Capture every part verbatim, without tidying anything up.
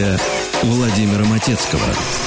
подвига Владимира Матецкого.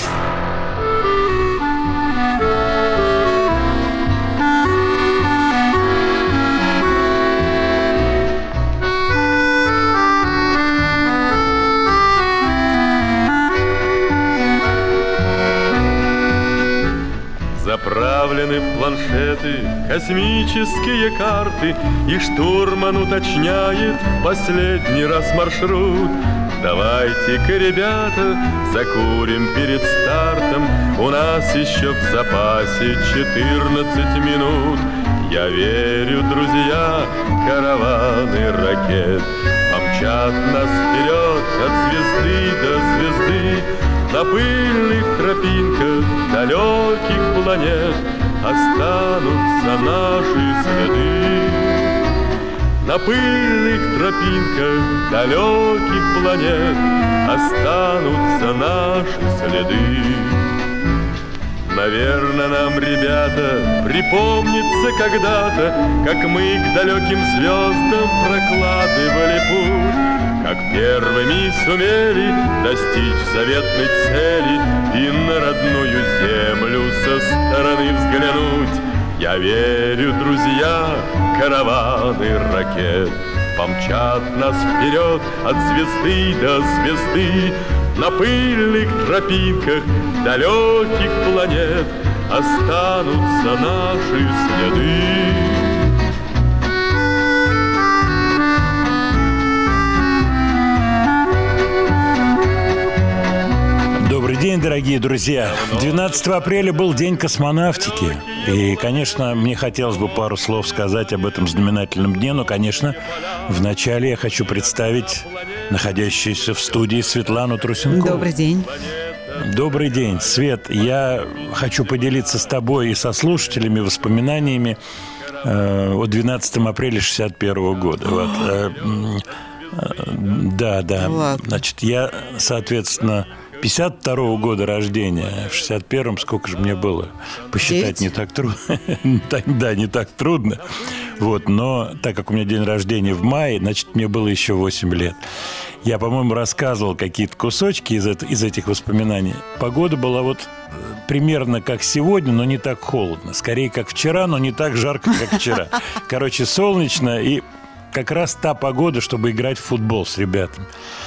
Заправлены в планшеты космические карты, и штурман уточняет последний раз маршрут. Давайте-ка, ребята, закурим перед стартом, у нас еще в запасе четырнадцать минут. Я верю, друзья, караваны ракет помчат нас вперед от звезды до звезды. На пыльных тропинках далеких планет останутся наши следы. На пыльных тропинках далеких планет останутся наши следы. Наверное, нам, ребята, припомнится когда-то, как мы к далеким звездам прокладывали путь, как первыми сумели достичь заветной цели и на родную землю со стороны взглянуть. Я верю, друзья, караваны ракет помчат нас вперед от звезды до звезды. На пыльных тропинках далеких планет останутся наши следы. Добрый день, дорогие друзья. двенадцатого апреля был День космонавтики. И, конечно, мне хотелось бы пару слов сказать об этом знаменательном дне. Но, конечно, вначале я хочу представить находящуюся в студии Светлану Трусенкову. Добрый день. Добрый день, Свет. Я хочу поделиться с тобой и со слушателями воспоминаниями э, о двенадцатом апреля шестьдесят первого года. Вот, э, э, да, да. Ладно. Значит, я, соответственно, пятьдесят второго года рождения, в шестьдесят первом сколько же мне было? Посчитать не так трудно. Да, не так трудно. Вот, но так как у меня день рождения в мае, значит, мне было еще восемь лет. Я, по-моему, рассказывал какие-то кусочки из, это, из этих воспоминаний. Погода была вот примерно как сегодня, но не так холодно. Скорее, как вчера, но не так жарко, как вчера. Короче, солнечно и как раз та погода, чтобы играть в футбол с ребятами.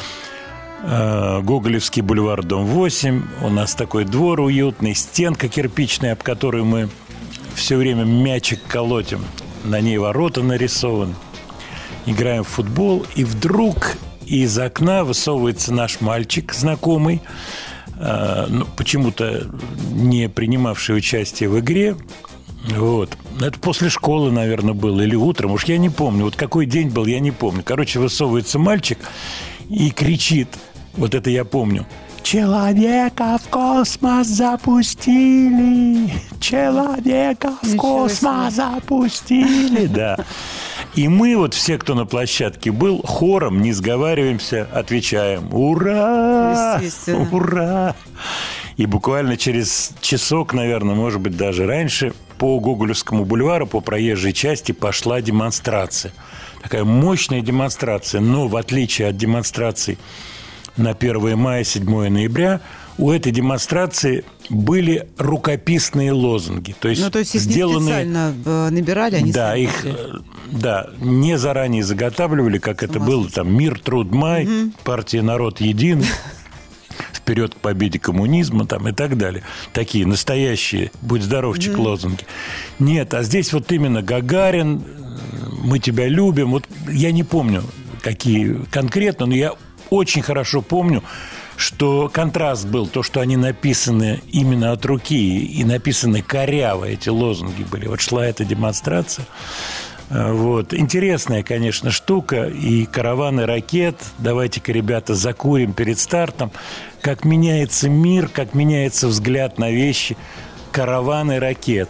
Гоголевский бульвар, дом восемь. У нас такой двор уютный, стенка кирпичная, об которую мы все время мячик колотим. На ней ворота нарисованы. Играем в футбол, и вдруг из окна высовывается наш мальчик, знакомый, э, ну, почему-то не принимавший участие в игре. Вот. Это после школы, наверное, было, или утром, уж я не помню. Вот какой день был, я не помню. Короче, высовывается мальчик и кричит, вот это я помню: «Человека в космос запустили! Человека в космос запустили!» Да. И мы, вот все, кто на площадке был, хором, не сговариваемся, отвечаем: «Ура! Ура!» И буквально через часок, наверное, может быть, даже раньше, по Гоголевскому бульвару, по проезжей части пошла демонстрация. Такая мощная демонстрация. Но в отличие от демонстраций на первое мая, седьмое ноября, у этой демонстрации были рукописные лозунги. То есть, ну, то есть их сделаны... не специально набирали, они да, их, да, не заранее заготавливали, как это было, там, «Мир, труд, май», угу. «Партия, народ, единый», «Вперед к победе коммунизма», там, и так далее. Такие настоящие «Будь здоровчик» угу. лозунги. Нет, а здесь вот именно Гагарин, «Мы тебя любим». Вот я не помню, какие конкретно, но я очень хорошо помню, что контраст был, то, что они написаны именно от руки и написаны коряво, эти лозунги были. Вот шла эта демонстрация. Вот. Интересная, конечно, штука. И караваны ракет. Давайте-ка, ребята, закурим перед стартом. Как меняется мир, как меняется взгляд на вещи. Караваны ракет.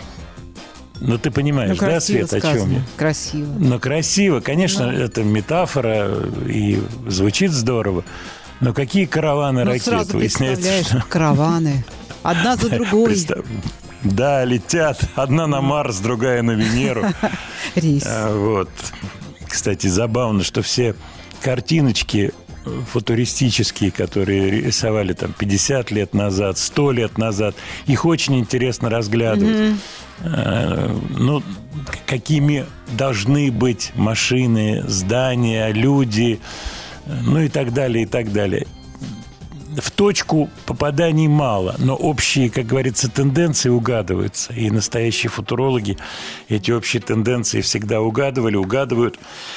Ну, ты понимаешь, ну, да, Свет, о чем я? Красиво. Ну, красиво. Конечно, да. Это метафора и звучит здорово. Но какие караваны ну, ракет? Сразу представляешь, что... караваны. Одна за другой. Представ... Да, летят. Одна на Марс, другая на Венеру. Рейс. Вот. Кстати, забавно, что все картиночки футуристические, которые рисовали там пятьдесят лет назад, сто лет назад, их очень интересно разглядывать. Mm-hmm. Ну, какими должны быть машины, здания, люди, ну и так далее, и так далее. В точку попаданий мало, но общие, как говорится, тенденции угадываются. И настоящие футурологи эти общие тенденции всегда угадывали, угадывают.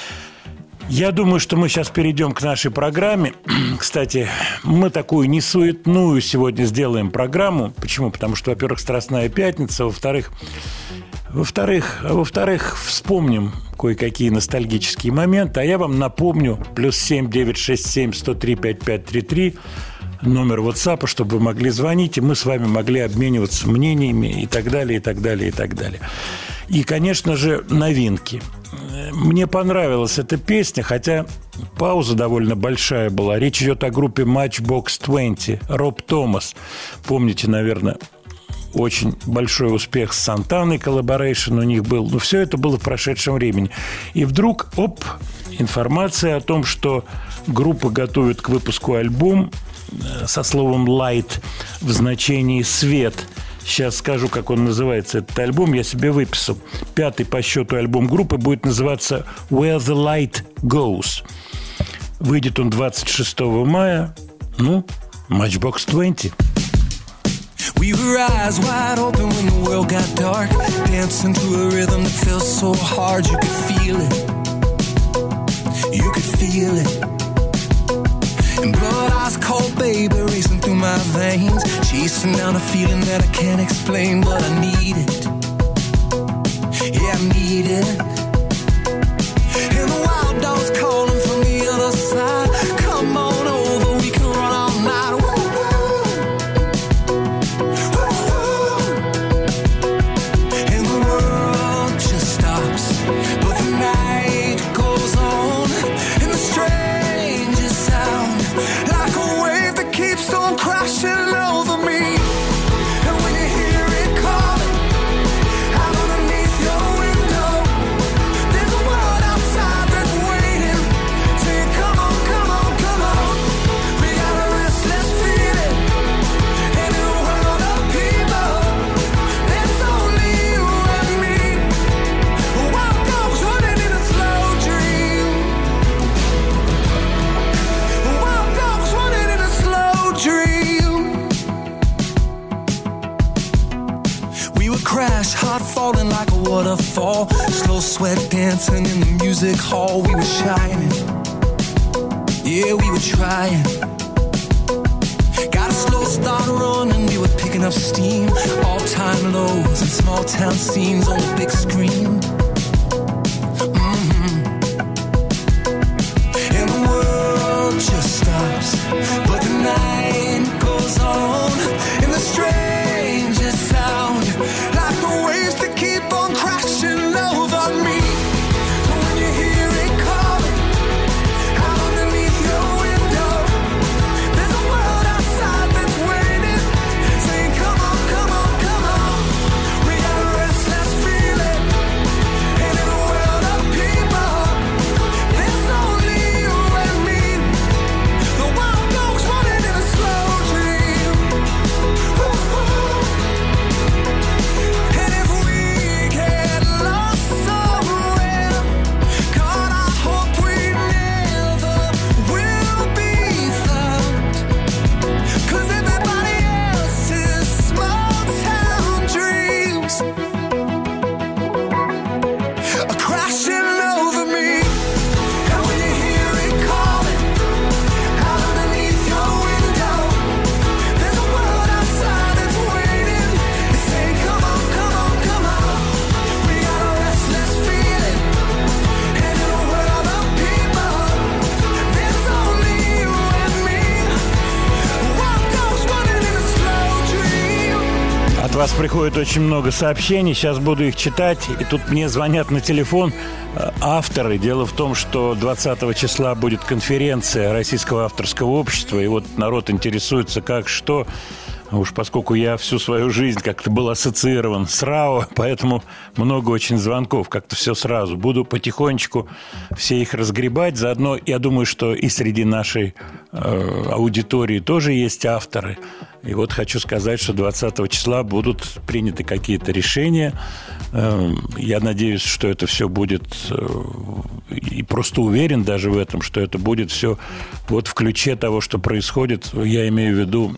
Я думаю, что мы сейчас перейдем к нашей программе. Кстати, мы такую несуетную сегодня сделаем программу. Почему? Потому что, во-первых, Страстная пятница, во-вторых, во-вторых, во-вторых, вспомним кое-какие ностальгические моменты. А я вам напомню, плюс семь девятьсот шестьдесят семь сто три пятьдесят пять тридцать три, номер WhatsApp, чтобы вы могли звонить, и мы с вами могли обмениваться мнениями и так далее, и так далее, и так далее. И, конечно же, новинки. Мне понравилась эта песня, хотя пауза довольно большая была. Речь идет о группе Matchbox двадцать, Роб Томас. Помните, наверное, очень большой успех с Сантаной, коллаборейшн у них был. Но все это было в прошедшем времени. И вдруг, оп, информация о том, что группа готовит к выпуску альбом со словом «light» в значении «свет». Сейчас скажу, как он называется, этот альбом. Я себе выписал. Пятый по счету альбом группы будет называться «Where the Light Goes». Выйдет он двадцать шестого мая. Ну, Matchbox двадцать. We were eyes wide open when the world got dark, dancing to a rhythm that felt so hard. You could feel it. You could feel it. And blood ice cold, baby, racing through my veins, chasing down a feeling that I can't explain, but I need it. Yeah, I need it. And the wild dogs calling from the other side. Come on over, we can run all night. And the world just stops, but the night goes on, and the strangest sound, like a wave that keeps on crashing over me. And when you hear it calling out underneath your window, there's a world outside that's waiting, saying, come on, come on, come on. We got a restless feeling, and in a world of people, there's only you and me. Wild dogs running in a slow dream. Wild dogs running in a slow dream. We would crash, hot falling like a waterfall, slow sweat dancing in the music hall. We were shining, yeah, we were trying. Got a slow start running, we were picking up steam. All-time lows and small-town scenes on the big screen. Mhm. And the world just stops, but the night goes on, and the strangest sound, like the waves that keep on crashing over me. So when you hear it calling out underneath your window, there's a world outside that's waiting, saying, come on, come on, come on. We got a restless feeling, and in a world of people, there's only you and me. The wild dogs running in a slow dream. Ooh. And if we get lost somewhere, God, I hope we never will be found. 'Cause everybody else's small town dreams are crashing over me. And when you hear it calling out underneath your window, there's a world outside that's waiting. It's saying, come on, come on, come on. We got a restless feeling, and in a world of people, there's only you and me. Wild dogs running in a slow dream. От вас приходит очень много сообщений, сейчас буду их читать. И тут мне звонят на телефон э, авторы. Дело в том, что двадцатого числа будет конференция Российского авторского общества. И вот народ интересуется, как, что. Уж поскольку я всю свою жизнь как-то был ассоциирован с РАО, поэтому много очень звонков, как-то все сразу. Буду потихонечку все их разгребать. Заодно, я думаю, что и среди нашей э, аудитории тоже есть авторы. И вот хочу сказать, что двадцатого числа будут приняты какие-то решения. Э, я надеюсь, что это все будет, э, и просто уверен даже в этом, что это будет все вот в ключе того, что происходит. Я имею в виду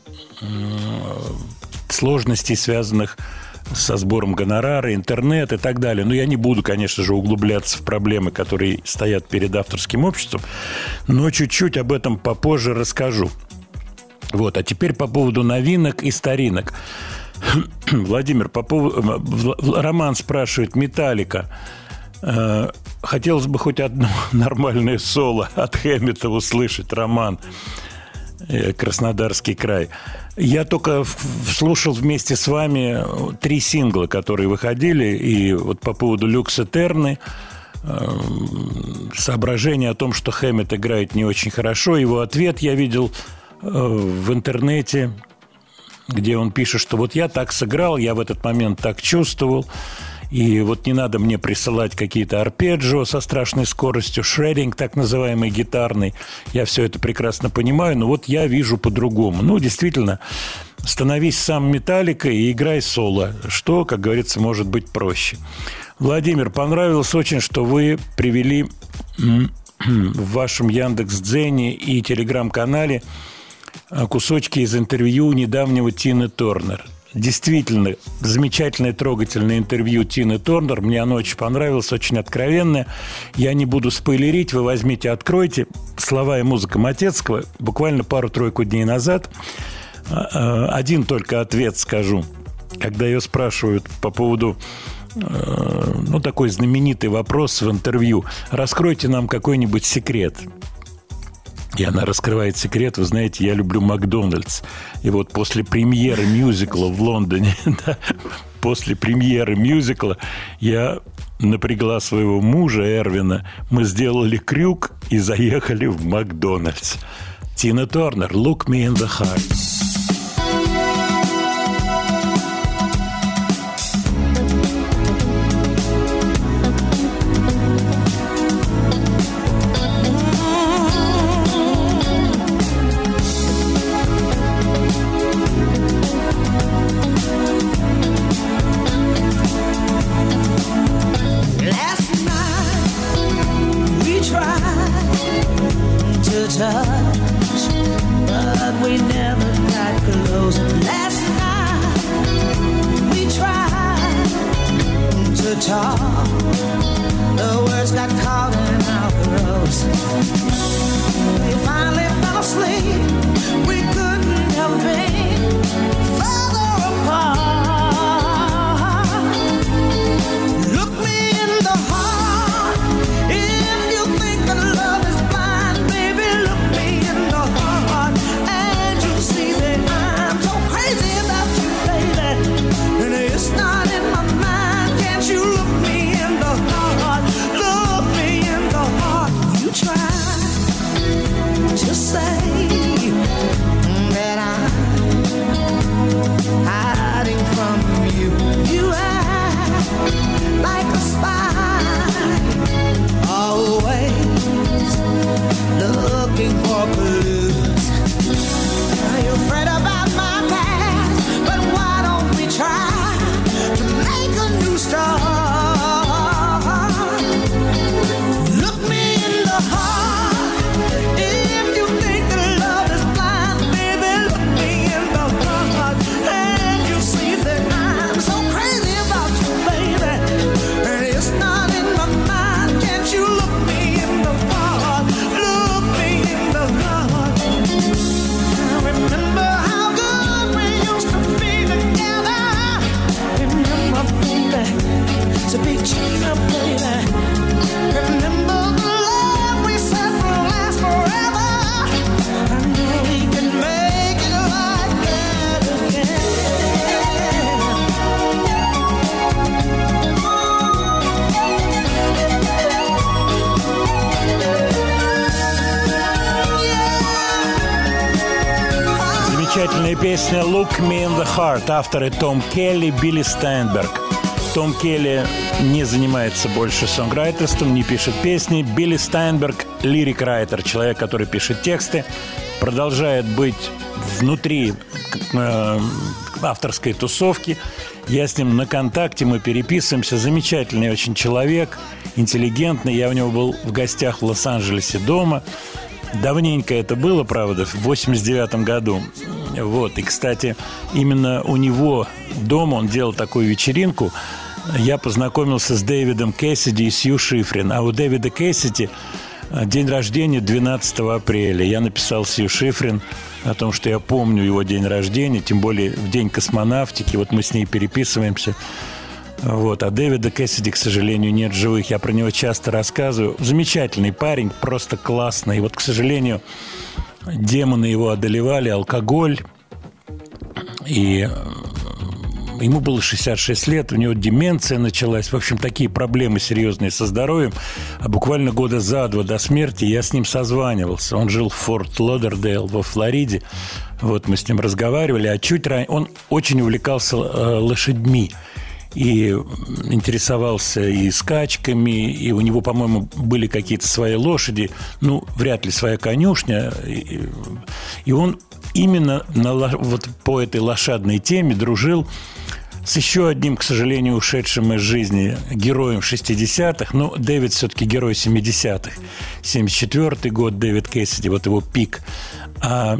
сложностей, связанных со сбором гонорара, интернет и так далее. Но я не буду, конечно же, углубляться в проблемы, которые стоят перед авторским обществом, но чуть-чуть об этом попозже расскажу. Вот. А теперь по поводу новинок и старинок. Владимир, по поводу... Роман спрашивает, «Металлика». Хотелось бы хоть одно нормальное соло от Хэммета услышать, Роман. Краснодарский край. Я только слушал вместе с вами три сингла, которые выходили, и вот по поводу «Люкс Этерны» соображение о том, что Хэммет играет не очень хорошо. Его ответ я видел в интернете, где он пишет, что вот я так сыграл, я в этот момент так чувствовал, и вот не надо мне присылать какие-то арпеджио со страшной скоростью, шреддинг так называемый гитарный. Я все это прекрасно понимаю, но вот я вижу по-другому. Ну, действительно, становись сам Металликой и играй соло, что, как говорится, может быть проще. Владимир, понравилось очень, что вы привели в вашем Яндекс.Дзене и Телеграм-канале кусочки из интервью недавнего Тины Тернер. Действительно, замечательное, трогательное интервью Тины Тернер. Мне оно очень понравилось, очень откровенное. Я не буду спойлерить. Вы возьмите, откройте. Слова и музыка Матецкого. Буквально пару-тройку дней назад. Один только ответ скажу. Когда ее спрашивают по поводу... Ну, такой знаменитый вопрос в интервью. Раскройте нам какой-нибудь секрет. И она раскрывает секрет. Вы знаете, я люблю Макдональдс. И вот после премьеры мюзикла в Лондоне, да, после премьеры мюзикла я напрягла своего мужа Эрвина. Мы сделали крюк и заехали в Макдональдс. Тина Тернер, «Look me in the heart». Touch, but we never got close. Last night we tried to talk, the words got caught in our throats. We finally fell asleep. We couldn't have been further apart. Look me in the heart if you think that love is blind, baby. Look me in the heart and you'll see that I'm so crazy about you, baby. And it's not in my mind. Can't you look me in the heart? Look me in the heart. You try to say that I'm hiding from you. You act like a spy, always looking for clues. You're afraid about my past, but why don't we try to make a new start? Look me in the heart if you think that love is blind, baby. Look me in the heart and you'll see that I'm so crazy about you, baby. And it's not in my mind. Can't you look me in the heart? Look me in the heart. I remember how good we used to be together. Remember, baby, Замечательная песня «Look Me in the Heart». Авторы Том Келли, Билли Стайнберг. Том Келли не занимается больше сонграйтерством, не пишет песни. Билли Стайнберг – лирик-райтер, человек, который пишет тексты, продолжает быть внутри э, авторской тусовки. Я с ним на контакте, мы переписываемся. Замечательный очень человек, интеллигентный. Я у него был в гостях в Лос-Анджелесе дома. Давненько это было, правда, в восемьдесят девятом году. Вот. И, кстати, именно у него дома он делал такую вечеринку. Я познакомился с Дэвидом Кэссиди и Сью Шифрин. А у Дэвида Кэссиди день рождения двенадцатого апреля. Я написал Сью Шифрин о том, что я помню его день рождения, тем более в день космонавтики. Вот мы с ней переписываемся. Вот. А Дэвида Кэссиди, к сожалению, нет живых. Я про него часто рассказываю. Замечательный парень, просто классный. И вот, к сожалению, демоны его одолевали, алкоголь. И ему было шестьдесят шесть лет, у него деменция началась. В общем, такие проблемы серьезные со здоровьем. А буквально года за два до смерти я с ним созванивался. Он жил в Форт Лодердейл во Флориде. Вот мы с ним разговаривали. А чуть ранее он очень увлекался э, лошадьми. И интересовался и скачками, и у него, по-моему, были какие-то свои лошади, ну, вряд ли своя конюшня. И, и он именно на, вот по этой лошадной теме дружил с еще одним, к сожалению, ушедшим из жизни героем шестидесятых. Но Дэвид все-таки герой семидесятых. семьдесят четвёртый год, Дэвид Кэссиди, вот его пик. А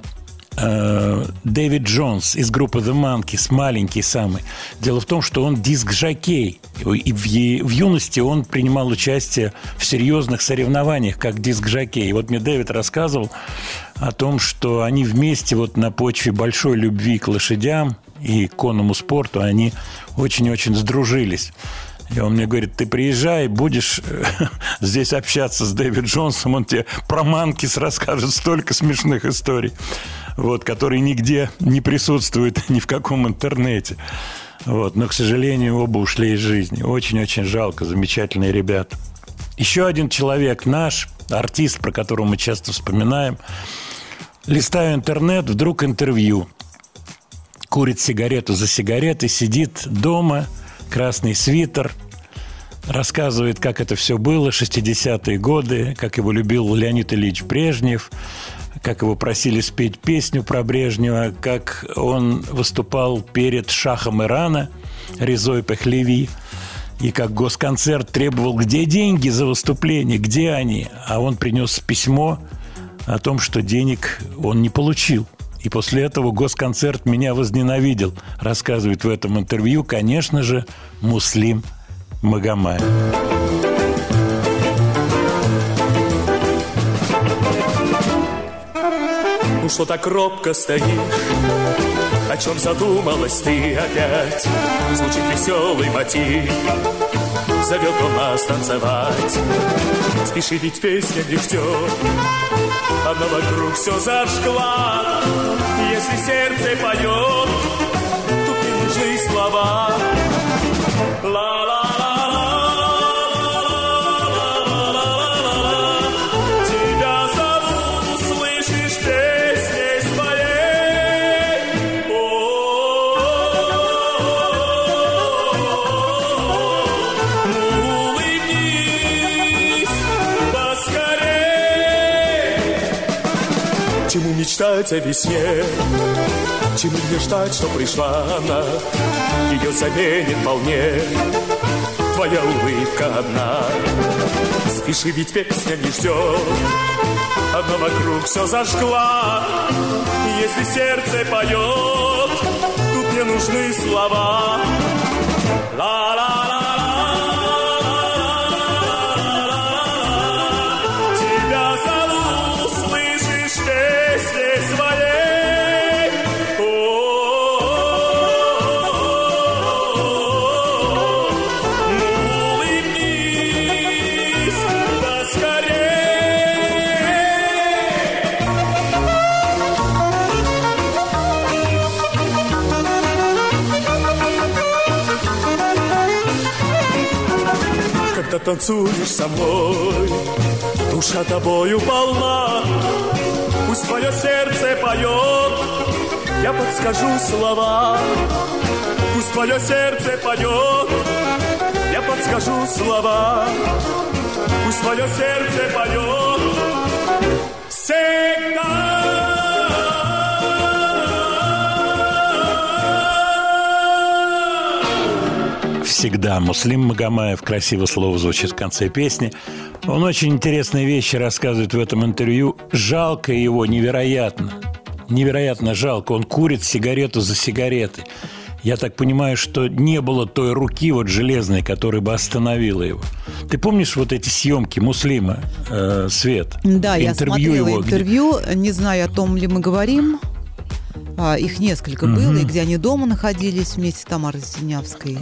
Дэвид Джонс из группы The Monkees, маленький самый. Дело в том, что он диск-жокей. И в, в юности он принимал участие в серьезных соревнованиях, как диск-жокей. И вот мне Дэвид рассказывал о том, что они вместе вот на почве большой любви к лошадям и к конному спорту, они очень-очень сдружились. И он мне говорит: ты приезжай, будешь здесь общаться с Дэвид Джонсом, он тебе про Манкис расскажет столько смешных историй, вот, которые нигде не присутствуют, ни в каком интернете. Вот. Но, к сожалению, оба ушли из жизни. Очень-очень жалко, замечательные ребята. Еще один человек наш, артист, про которого мы часто вспоминаем. Листаю интернет, вдруг интервью. Курит сигарету за сигаретой, сидит дома, красный свитер, рассказывает, как это все было, шестидесятые годы, как его любил Леонид Ильич Брежнев, как его просили спеть песню про Брежнева, как он выступал перед шахом Ирана Резой Пехлеви, и как Госконцерт требовал, где деньги за выступление, где они, а он принес письмо о том, что денег он не получил. И после этого Госконцерт меня возненавидел, рассказывает в этом интервью, конечно же, Муслим Магомаев. Ну что так робко стоишь? О чем задумалась ты опять? Звучит веселый мотив, зовет он нас танцевать. Спеши, ведь песня не ждет, она вокруг все зажгла. Если сердце поет, тут не нужны слова. Ла-ла. Чему мечтать о весне, чему не ждать, что пришла она, ее заменит вполне твоя улыбка одна. Спеши, ведь песня не ждет, она вокруг все зажгла. Если сердце поет, тут не нужны слова. Ла-ла-ла. Когда танцуешь со мной, душа тобою полна. Пусть твое сердце поет, я подскажу слова. Пусть твое сердце поет, я подскажу слова. Пусть твое сердце поет всегда. Всегда. Муслим Магомаев, красиво слово звучит в конце песни. Он очень интересные вещи рассказывает в этом интервью. Жалко его невероятно. Невероятно жалко. Он курит сигарету за сигаретой. Я так понимаю, что не было той руки вот железной, которая бы остановила его. Ты помнишь вот эти съемки Муслима, э, Свет? Да, я интервью смотрела его, интервью. Где... Не знаю, о том ли мы говорим. А, их несколько угу. было, и где они дома находились вместе с Тамарой Синявской.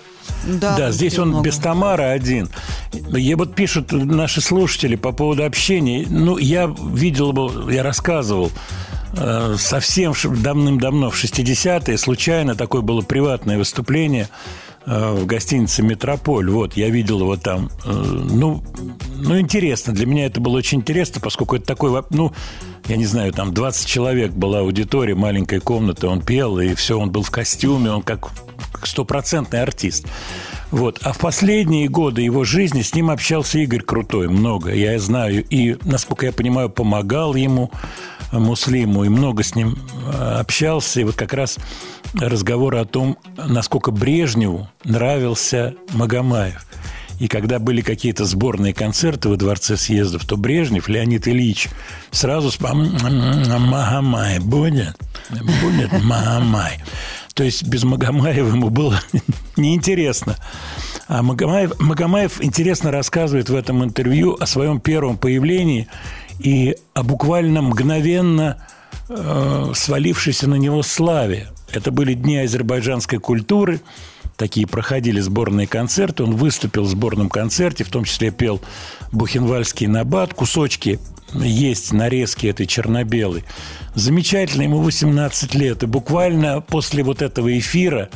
Да, да, здесь он много. без Тамары один. И вот пишут наши слушатели по поводу общения. Ну, я видел его, я рассказывал э, совсем давным-давно, в шестидесятые, случайно такое было приватное выступление э, в гостинице «Метрополь». Вот, я видел его там. Э, ну, ну, интересно. Для меня это было очень интересно, поскольку это такой, ну, я не знаю, там двадцать человек была аудитория, маленькая комната, он пел, и все, он был в костюме, он как... стопроцентный артист. Вот. А в последние годы его жизни с ним общался Игорь Крутой много. Я знаю. И, насколько я понимаю, помогал ему, Муслиму, и много с ним общался. И вот как раз разговоры о том, насколько Брежневу нравился Магомаев. И когда были какие-то сборные концерты во Дворце съездов, то Брежнев, Леонид Ильич, сразу вспомнил: Магомаев будет? Будет Магомаев. То есть без Магомаева ему было неинтересно. А Магомаев, Магомаев интересно рассказывает в этом интервью о своем первом появлении и о буквально мгновенно э, свалившейся на него славе. Это были дни азербайджанской культуры. Такие проходили сборные концерты. Он выступил в сборном концерте, в том числе пел бухенвальский набат. Кусочки есть, нарезки этой черно-белой. Замечательно, ему восемнадцать лет. И буквально после вот этого эфира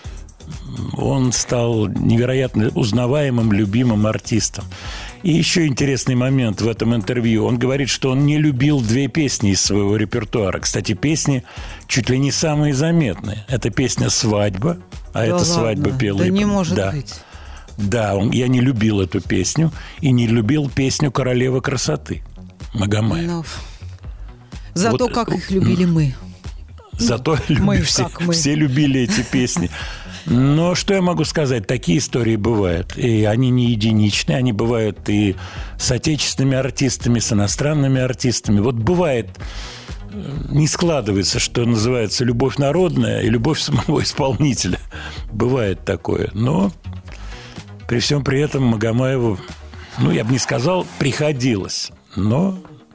он стал невероятно узнаваемым, любимым артистом. И еще интересный момент в этом интервью. Он говорит, что он не любил две песни из своего репертуара. Кстати, песни чуть ли не самые заметные. Это песня «Свадьба», а да это ладно? «Свадьба» пела. Да и... не может да. быть. Да, он... я не любил эту песню и не любил песню «Королева красоты» Магомаев. Ну, зато вот, как их любили мы. Зато мы, люби... все, мы. все любили эти песни. Но что я могу сказать? Такие истории бывают. И они не единичные. Они бывают и с отечественными артистами, с иностранными артистами. Вот бывает, не складывается, что называется любовь народная и любовь самого исполнителя. Бывает такое. Но при всем при этом Магомаеву, ну, я бы не сказал, приходилось. Но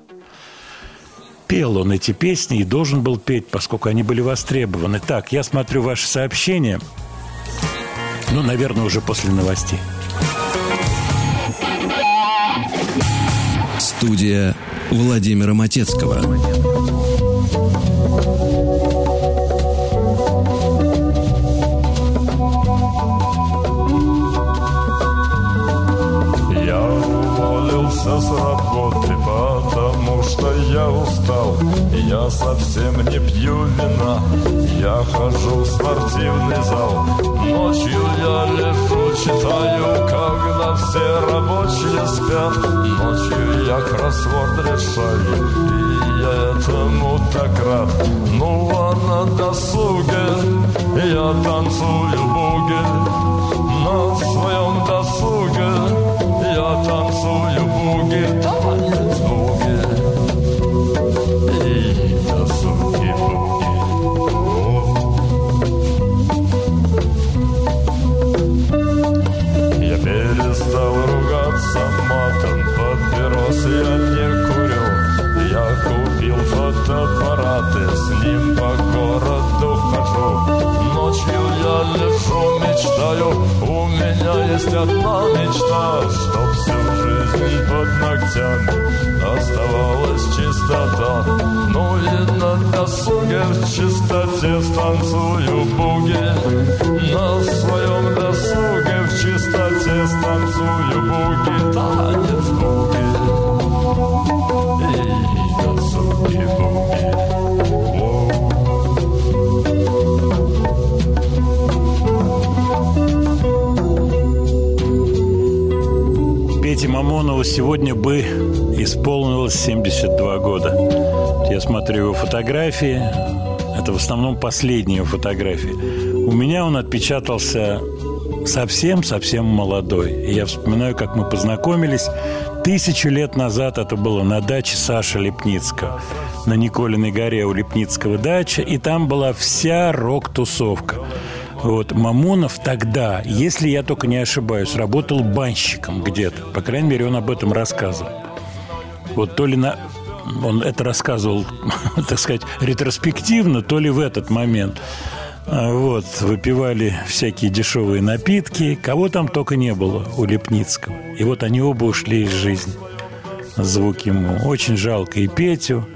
пел он эти песни и должен был петь, поскольку они были востребованы. Так, я смотрю ваши сообщения. Ну, наверное, уже после новостей. Студия Владимира Матецкого. Я уволился с работы, потому что я устал. Я совсем не пью вина, я хожу в спортивный зал. Ночью я лежу, читаю, когда все рабочие спят. Ночью я кроссворд решаю, и я этому так рад. Ну а на досуге я танцую буги. На своем досуге я танцую буги. Танец буги и досуги буги. Я перестал ругаться матом, папирос я не курю. Я купил фотоаппарат и с ним по городу хожу. Ночью я лежу, мечтаю, у меня есть одна мечта, чтоб всю жизнь под ногтями оставалась чистота. Ну и на досуге в чистоте станцую буги. На своем досуге в чистоте станцую буги. Танец буги и досуги буги. Воу. знаете, Мамонову сегодня бы исполнилось семьдесят два года. Я смотрю его фотографии. Это в основном последние фотографии. У меня он отпечатался совсем-совсем молодой. И я вспоминаю, как мы познакомились. Тысячу лет назад это было на даче Саши Лепницкого. На Николиной горе у Лепницкого дача. И там была вся рок-тусовка. Вот, Мамонов тогда, если я только не ошибаюсь, работал банщиком где-то. По крайней мере, он об этом рассказывал. Вот то ли на... он это рассказывал, так сказать, ретроспективно, то ли в этот момент. Вот, выпивали всякие дешевые напитки. Кого там только не было у Лепницкого. И вот они оба ушли из жизни. Звук ему. Очень жалко и Петю,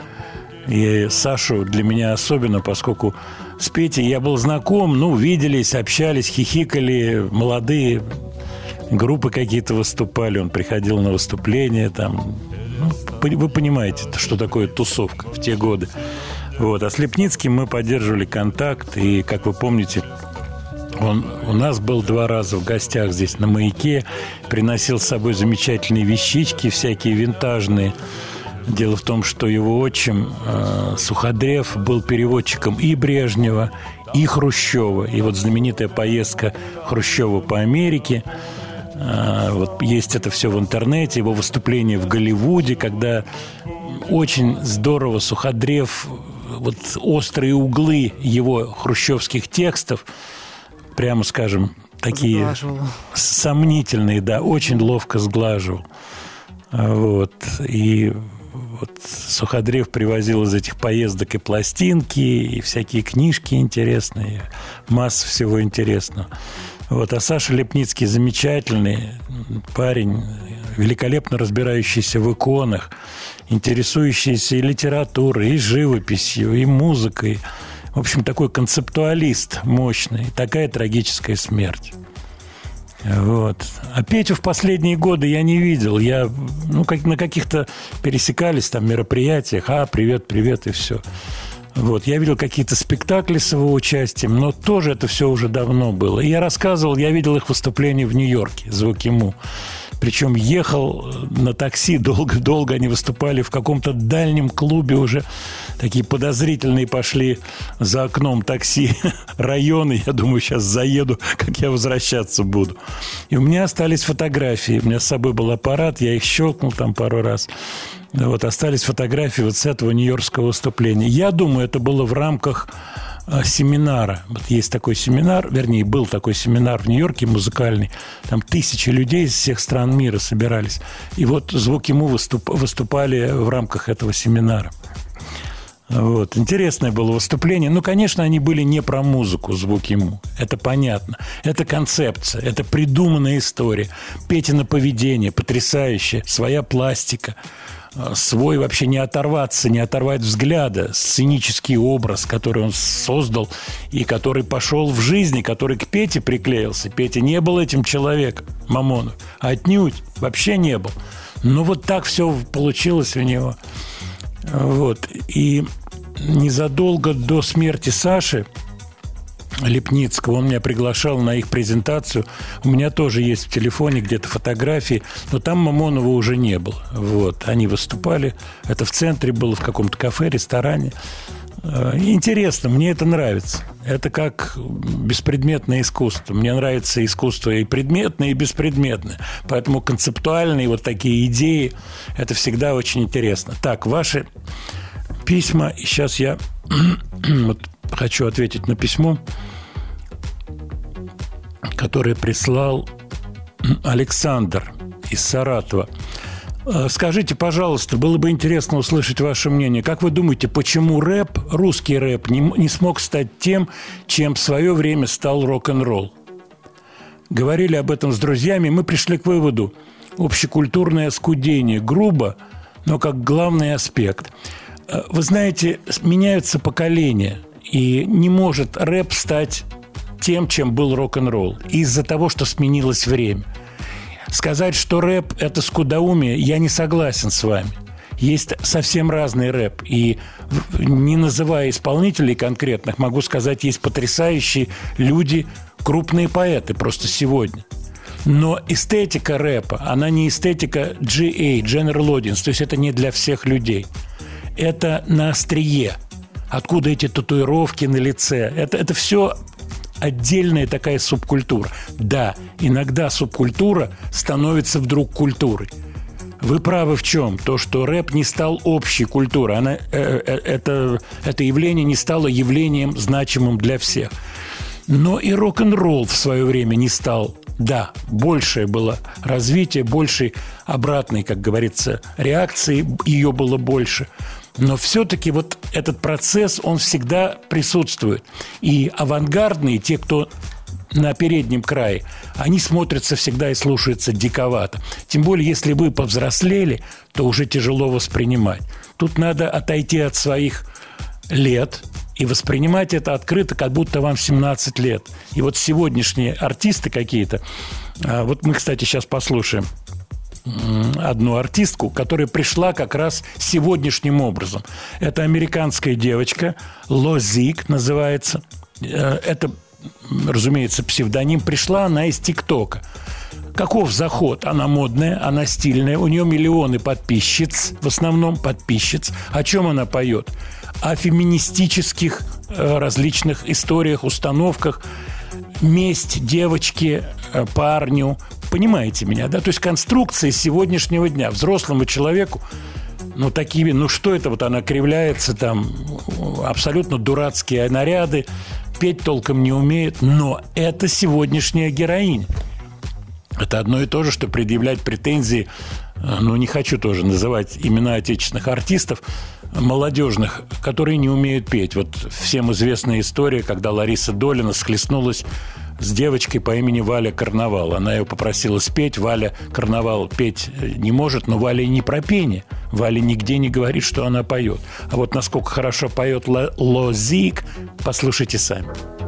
и Сашу для меня особенно, поскольку с Петей я был знаком, ну, виделись, общались, хихикали, молодые группы какие-то выступали, он приходил на выступления, там, ну, вы понимаете, что такое тусовка в те годы. Вот. А с Лепницким мы поддерживали контакт, и, как вы помните, он у нас был два раза в гостях здесь на «Маяке», приносил с собой замечательные вещички, всякие винтажные. Дело в том, что его отчим э, Суходрев был переводчиком и Брежнева, и Хрущева. И вот знаменитая поездка Хрущева по Америке, э, вот есть это все в интернете, его выступление в Голливуде, когда очень здорово Суходрев, вот острые углы его хрущевских текстов, прямо скажем, такие сглаживал. Сомнительные, да, очень ловко сглаживал. Вот, и вот Суходрев привозил из этих поездок и пластинки, и всякие книжки интересные, масса всего интересного. Вот, а Саша Лепницкий замечательный парень, великолепно разбирающийся в иконах, интересующийся и литературой, и живописью, и музыкой. В общем, такой концептуалист мощный. Такая трагическая смерть. Вот. А Петю в последние годы я не видел. Я, ну, как, на каких-то пересекались там мероприятиях. А, привет, привет, и все. Вот. Я видел какие-то спектакли с его участием, но тоже это все уже давно было. И я рассказывал, я видел их выступления в Нью-Йорке, «Звук ему». Причем ехал на такси, долго-долго они выступали в каком-то дальнем клубе уже. Такие подозрительные пошли за окном такси районы. Я думаю, сейчас заеду, как я возвращаться буду. И у меня остались фотографии. У меня с собой был аппарат, я их щелкнул там пару раз. Вот, остались фотографии вот с этого нью-йоркского выступления. Я думаю, это было в рамках семинара. Вот есть такой семинар, вернее, был такой семинар в Нью-Йорке музыкальный. Там тысячи людей из всех стран мира собирались. И вот «Звук ему» выступ, выступали в рамках этого семинара. Вот. Интересное было выступление. Ну, конечно, они были не про музыку, «Звук ему». Это понятно. Это концепция, это придуманная история. Петино поведение потрясающее, своя пластика. Свой вообще не оторваться, не оторвать взгляда, сценический образ, который он создал и который пошел в жизни, который к Пете приклеился. Петя не был этим человеком, Мамонов. Отнюдь, вообще не был. Но вот так все получилось у него. Вот. И незадолго до смерти Саши Лепницкого он меня приглашал на их презентацию. У меня тоже есть в телефоне где-то фотографии, но там Мамонова уже не было. Вот. Они выступали. Это в центре было, в каком-то кафе, ресторане. Интересно, мне это нравится. Это как беспредметное искусство. Мне нравится искусство и предметное, и беспредметное. Поэтому концептуальные вот такие идеи – это всегда очень интересно. Так, ваши письма. И сейчас я вот хочу ответить на письмо, которое прислал Александр из Саратова. Скажите, пожалуйста, было бы интересно услышать ваше мнение. Как вы думаете, почему рэп, русский рэп, не, не смог стать тем, чем в свое время стал рок-н-ролл? Говорили об этом с друзьями, мы пришли к выводу: общекультурное оскудение, грубо, но как главный аспект. Вы знаете, меняются поколения, и не может рэп стать тем, чем был рок-н-ролл, из-за того, что сменилось время. Сказать, что рэп – это скудоумие, я не согласен с вами. Есть совсем разный рэп. И не называя исполнителей конкретных, могу сказать, есть потрясающие люди, крупные поэты просто сегодня. Но эстетика рэпа, она не эстетика джи эй, General Audience, то есть это не для всех людей. Это на острие. Откуда эти татуировки на лице? Это, это все отдельная такая субкультура. Да, иногда субкультура становится вдруг культурой. Вы правы в чем? То, что рэп не стал общей культурой. Она, э, э, это, это явление не стало явлением значимым для всех. Но и рок-н-ролл в свое время не стал. Да, большее было развитие, большей обратной, как говорится, реакции, ее было больше. Но все-таки вот этот процесс, он всегда присутствует. И авангардные, те, кто на переднем крае, они смотрятся всегда и слушаются диковато. Тем более, если вы повзрослели, то уже тяжело воспринимать. Тут надо отойти от своих лет и воспринимать это открыто, как будто вам семнадцать лет. И вот сегодняшние артисты какие-то... Вот мы, кстати, сейчас послушаем одну артистку, которая пришла как раз сегодняшним образом. Это американская девочка, Лозик называется. Это, разумеется, псевдоним. Пришла она из ТикТока. Каков заход? Она модная, она стильная, у нее миллионы подписчиц, в основном подписчиц. О чем она поет? О феминистических э, различных историях, установках, месть девочке, э, парню. Понимаете меня, да? То есть конструкции сегодняшнего дня взрослому человеку, ну, такими, ну, что это вот она кривляется, там, абсолютно дурацкие наряды, петь толком не умеет, но это сегодняшняя героиня. Это одно и то же, что предъявлять претензии, ну, не хочу тоже называть имена отечественных артистов, молодежных, которые не умеют петь. Вот всем известная история, когда Лариса Долина схлестнулась с девочкой по имени Валя Карнавал. Она ее попросила спеть. Валя Карнавал петь не может, но Валя и не про пение. Валя нигде не говорит, что она поет. А вот насколько хорошо поет Лозик, послушайте сами.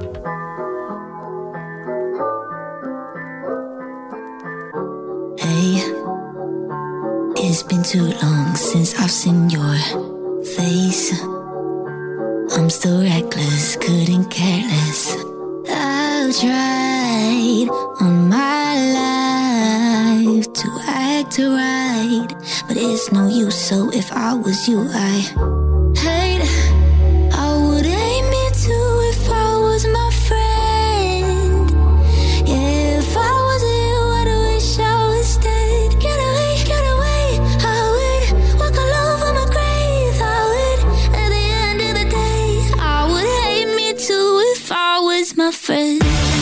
Hey, it's been too long since I've seen your face. I'm still reckless, couldn't care less. I've tried on my life to act right, but it's no use. So if I was you, I hate. I would aim it too if I was my friend. Yeah, if I was you, I'd wish I was dead. Get away, get away. I would walk all over my grave. I would, at the end of the day, I would hate me too if I was my friend.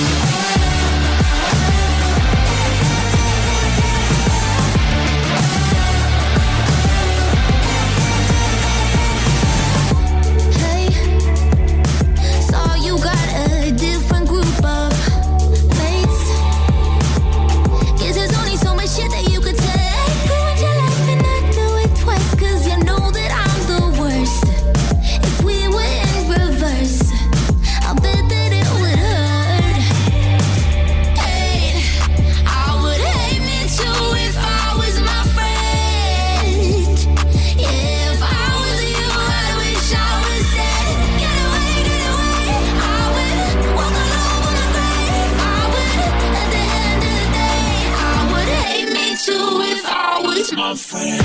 My friend.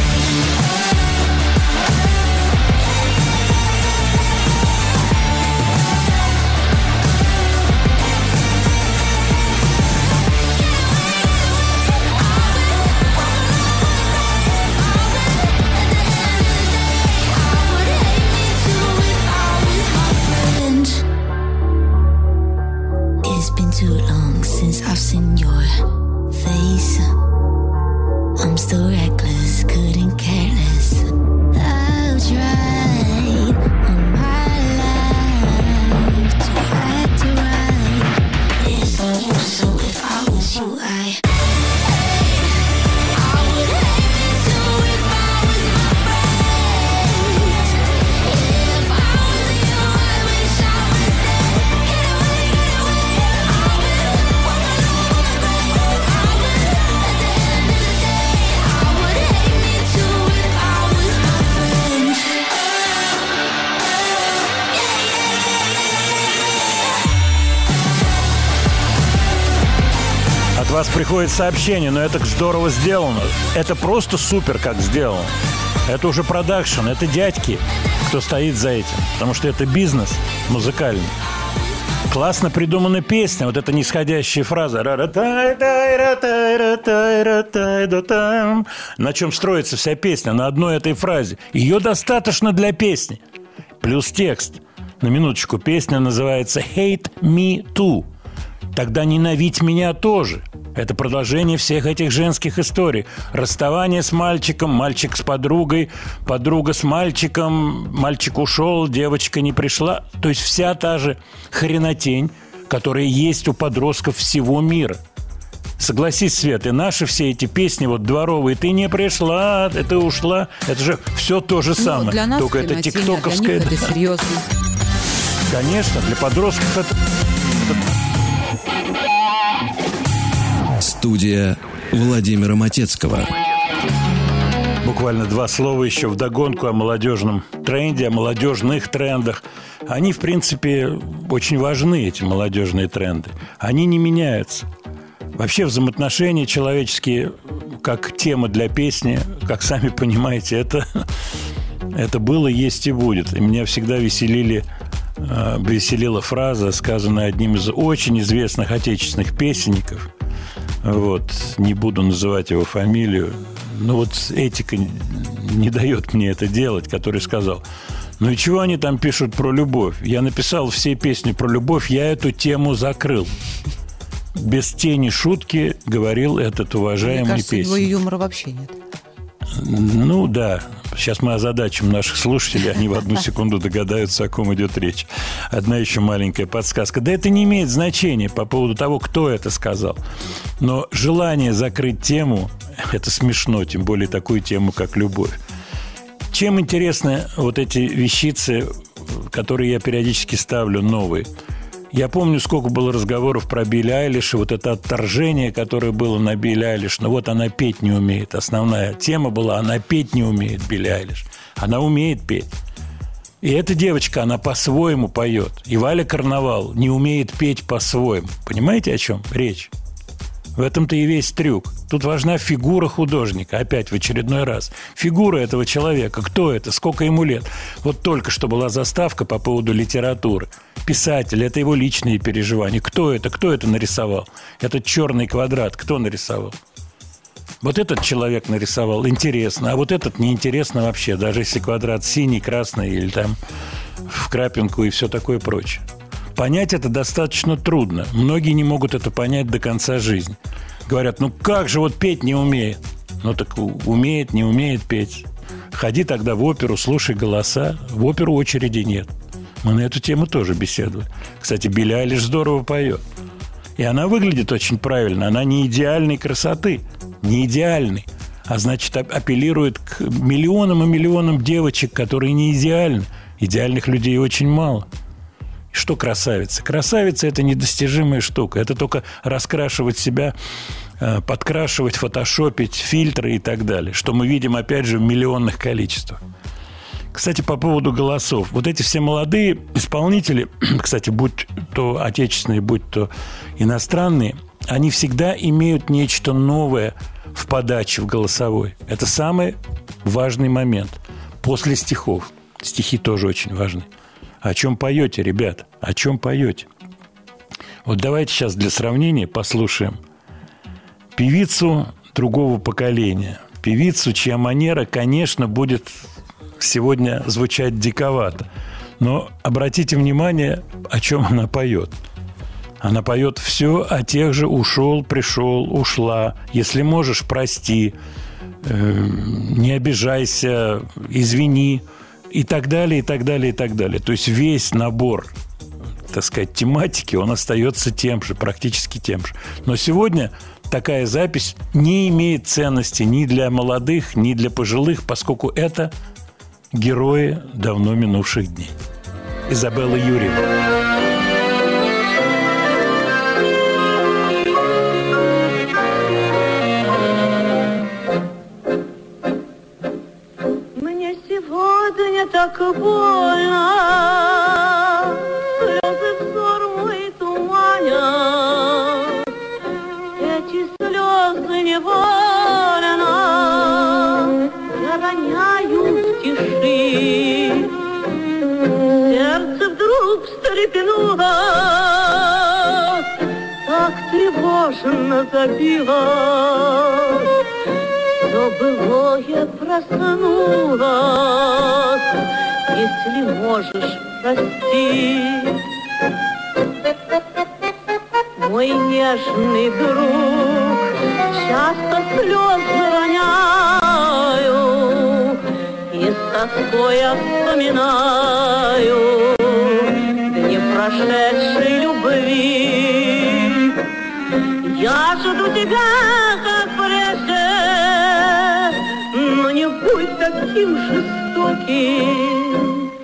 It's been too long since I've seen your face. I'm still reckless, couldn't care less. I've tried on my life to act right. It's no use, so if I was you, I вас приходит сообщение, но это здорово сделано. Это просто супер как сделано. Это уже продакшн, это дядьки, кто стоит за этим. Потому что это бизнес музыкальный. Классно придумана песня, вот эта нисходящая фраза. На чем строится вся песня? На одной этой фразе. Ее достаточно для песни. Плюс текст. На минуточку, песня называется «Hate Me Too». Тогда ненавидь меня тоже. Это продолжение всех этих женских историй. Расставание с мальчиком, мальчик с подругой, подруга с мальчиком, мальчик ушел, девочка не пришла. То есть вся та же хренотень, которая есть у подростков всего мира. Согласись, Свет, и наши все эти песни вот дворовые, ты не пришла, ты ушла, это же все то же самое. Ну, для нас только это тиктоковское. Для них это серьезно. Конечно, для подростков это... Студия Владимира Матецкого. Буквально два слова еще вдогонку о молодежном тренде, о молодежных трендах. Они, в принципе, очень важны, эти молодежные тренды. Они не меняются. Вообще взаимоотношения человеческие, как тема для песни, как сами понимаете, это, это было, есть и будет. И меня всегда веселили, веселила фраза, сказанная одним из очень известных отечественных песенников. Вот, не буду называть его фамилию, но вот этика не дает мне это делать, который сказал: ну и чего они там пишут про любовь? Я написал все песни про любовь, я эту тему закрыл. Без тени шутки говорил этот уважаемый Мне кажется, песенник. у него юмора вообще нет. Ну да, сейчас мы озадачим наших слушателей, они в одну секунду догадаются, о ком идет речь. Одна еще маленькая подсказка. Да это не имеет значения по поводу того, кто это сказал. Но желание закрыть тему – это смешно, тем более такую тему, как любовь. Чем интересны вот эти вещицы, которые я периодически ставлю, новые? Я помню, сколько было разговоров про Билли Айлиш, и вот это отторжение, которое было на Билли Айлиш. Но вот она петь не умеет. Основная тема была, она петь не умеет, Билли Айлиш. Она умеет петь. И эта девочка, она по-своему поет. И Валя Карнавал не умеет петь по-своему. Понимаете, о чем речь? В этом-то и весь трюк. Тут важна фигура художника. Опять в очередной раз. Фигура этого человека. Кто это? Сколько ему лет? Вот только что была заставка по поводу литературы. Писатель. Это его личные переживания. Кто это? Кто это нарисовал? Этот черный квадрат. Кто нарисовал? Вот этот человек нарисовал. Интересно. А вот этот неинтересно вообще. Даже если квадрат синий, красный или там в крапинку и все такое прочее. Понять это достаточно трудно. Многие не могут это понять до конца жизни. Говорят, ну как же вот петь не умеет? Ну так умеет, не умеет петь. Ходи тогда в оперу, слушай голоса. В оперу очереди нет. Мы на эту тему тоже беседовали. Кстати, Билли Айлиш здорово поет. И она выглядит очень правильно. Она не идеальной красоты. Не идеальной. А значит, апеллирует к миллионам и миллионам девочек, которые не идеальны. Идеальных людей очень мало. Что красавица? Красавица – это недостижимая штука. Это только раскрашивать себя, подкрашивать, фотошопить, фильтры и так далее. Что мы видим, опять же, в миллионных количествах. Кстати, по поводу голосов. Вот эти все молодые исполнители, кстати, будь то отечественные, будь то иностранные, они всегда имеют нечто новое в подаче, в голосовой. Это самый важный момент. После стихов. Стихи тоже очень важны. О чем поете, ребят? О чем поете? Вот давайте сейчас для сравнения послушаем певицу другого поколения. Певицу, чья манера, конечно, будет сегодня звучать диковато. Но обратите внимание, о чем она поет. Она поет все о тех же «ушел, пришел, ушла», «если можешь, прости», «не обижайся», «извини», и так далее, и так далее, и так далее. То есть весь набор, так сказать, тематики, он остается тем же, практически тем же. Но сегодня такая запись не имеет ценности ни для молодых, ни для пожилых, поскольку это герои давно минувших дней. Изабелла Юрьева. Так больно, слезы взор мой туманят, эти невольно я роняю в тиши. Сердце вдруг встрепенулось, так тревожно забилось. Все былое проснулось, если можешь, прости. Мой нежный друг, часто слезы роняю и с тоской я вспоминаю дни прошедшей любви. Я жду тебя, как прежде, но не будь таким жестоким.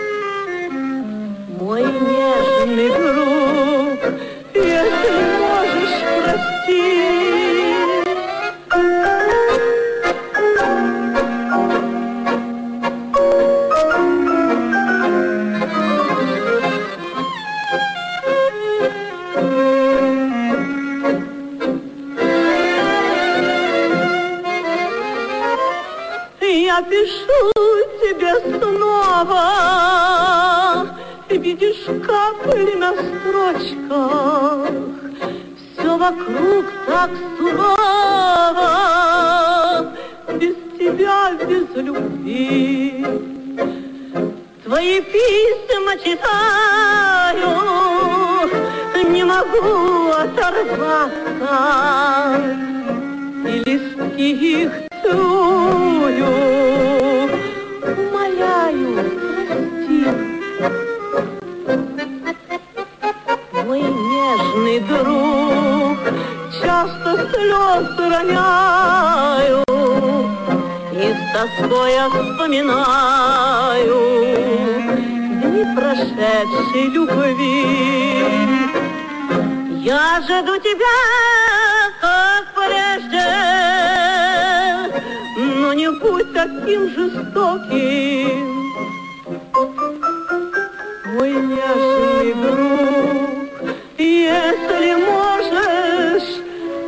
Мой нежный друг, если можешь, прости. Я пишу тебе снова, видишь капли на строчках, все вокруг так сурово, без тебя, без любви. Твои письма читаю, не могу оторваться, и листки их целую, умоляю, прости. Мой нежный друг, часто слезы роняю и с тоской я вспоминаю дни прошедшей любви. Я жду тебя, как прежде, но не будь таким жестоким. Мой нежный друг, если можешь,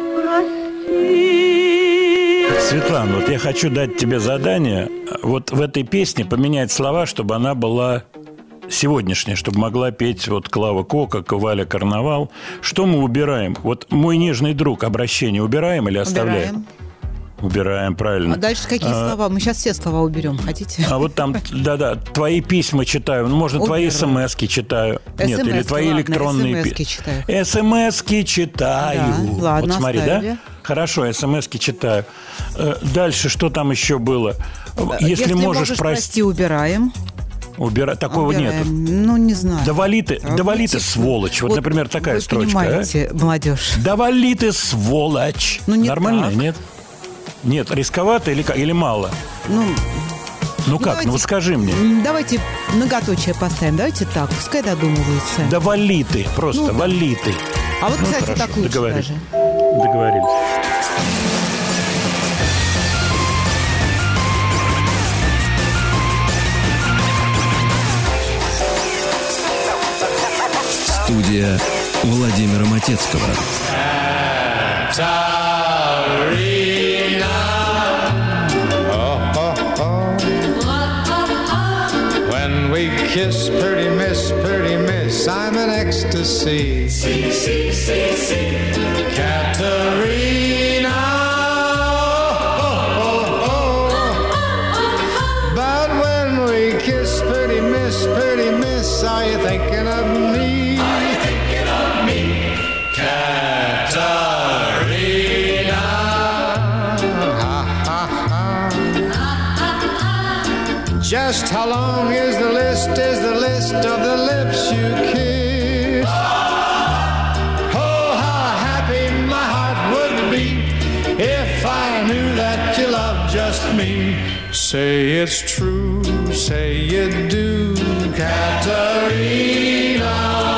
прости. Светлана, вот я хочу дать тебе задание вот в этой песне поменять слова, чтобы она была сегодняшняя, чтобы могла петь вот Клава Кока, Валя Карнавал. Что мы убираем? Вот «Мой нежный друг» обращение убираем или оставляем? Убираем. Убираем, правильно. А дальше какие а, слова? Мы сейчас все слова уберем, хотите? А вот там, да-да, твои письма читаю. Ну, можно, уберу. Твои смс-ки читаю. эс эм эс, нет, или твои ладно, электронные письма. читаю. СМС-ки читаю. Да, ладно, вот смотри, оставили. да? Хорошо, смс-ки читаю. Дальше что там еще было? Если, Если можешь, можешь прости, прости, убираем. Убира... Такого убираем. нету. Ну, не знаю. Да вали ты, а да вали ты, ты, сволочь. Вот, вот, например, такая вы строчка. понимаете, а? молодежь. Да вали ты, сволочь. Ну, не нормально, так. нет? Нет, рисковато или, или мало? Ну, ну, ну как, давайте, ну скажи мне. Давайте многоточие поставим. Давайте так, пускай додумываются. Да вали ты, просто ну, вали ты. А вот, ну, кстати, хорошо, так лучше договорились. даже. Договорились. Студия Владимира Матецкого. When we kiss, pretty miss, pretty miss, I'm in ecstasy. See, see, see, see. Katerina. Oh, oh, oh. But when we kiss, pretty miss, pretty miss, are you thinking of me? Are you thinking of me? Katerina. Ha, ha, ha. Just how long is the list, is the list of the lips you kiss? Oh, how happy my heart would be if I knew that you loved just me. Say it's true, say you do, Katerina,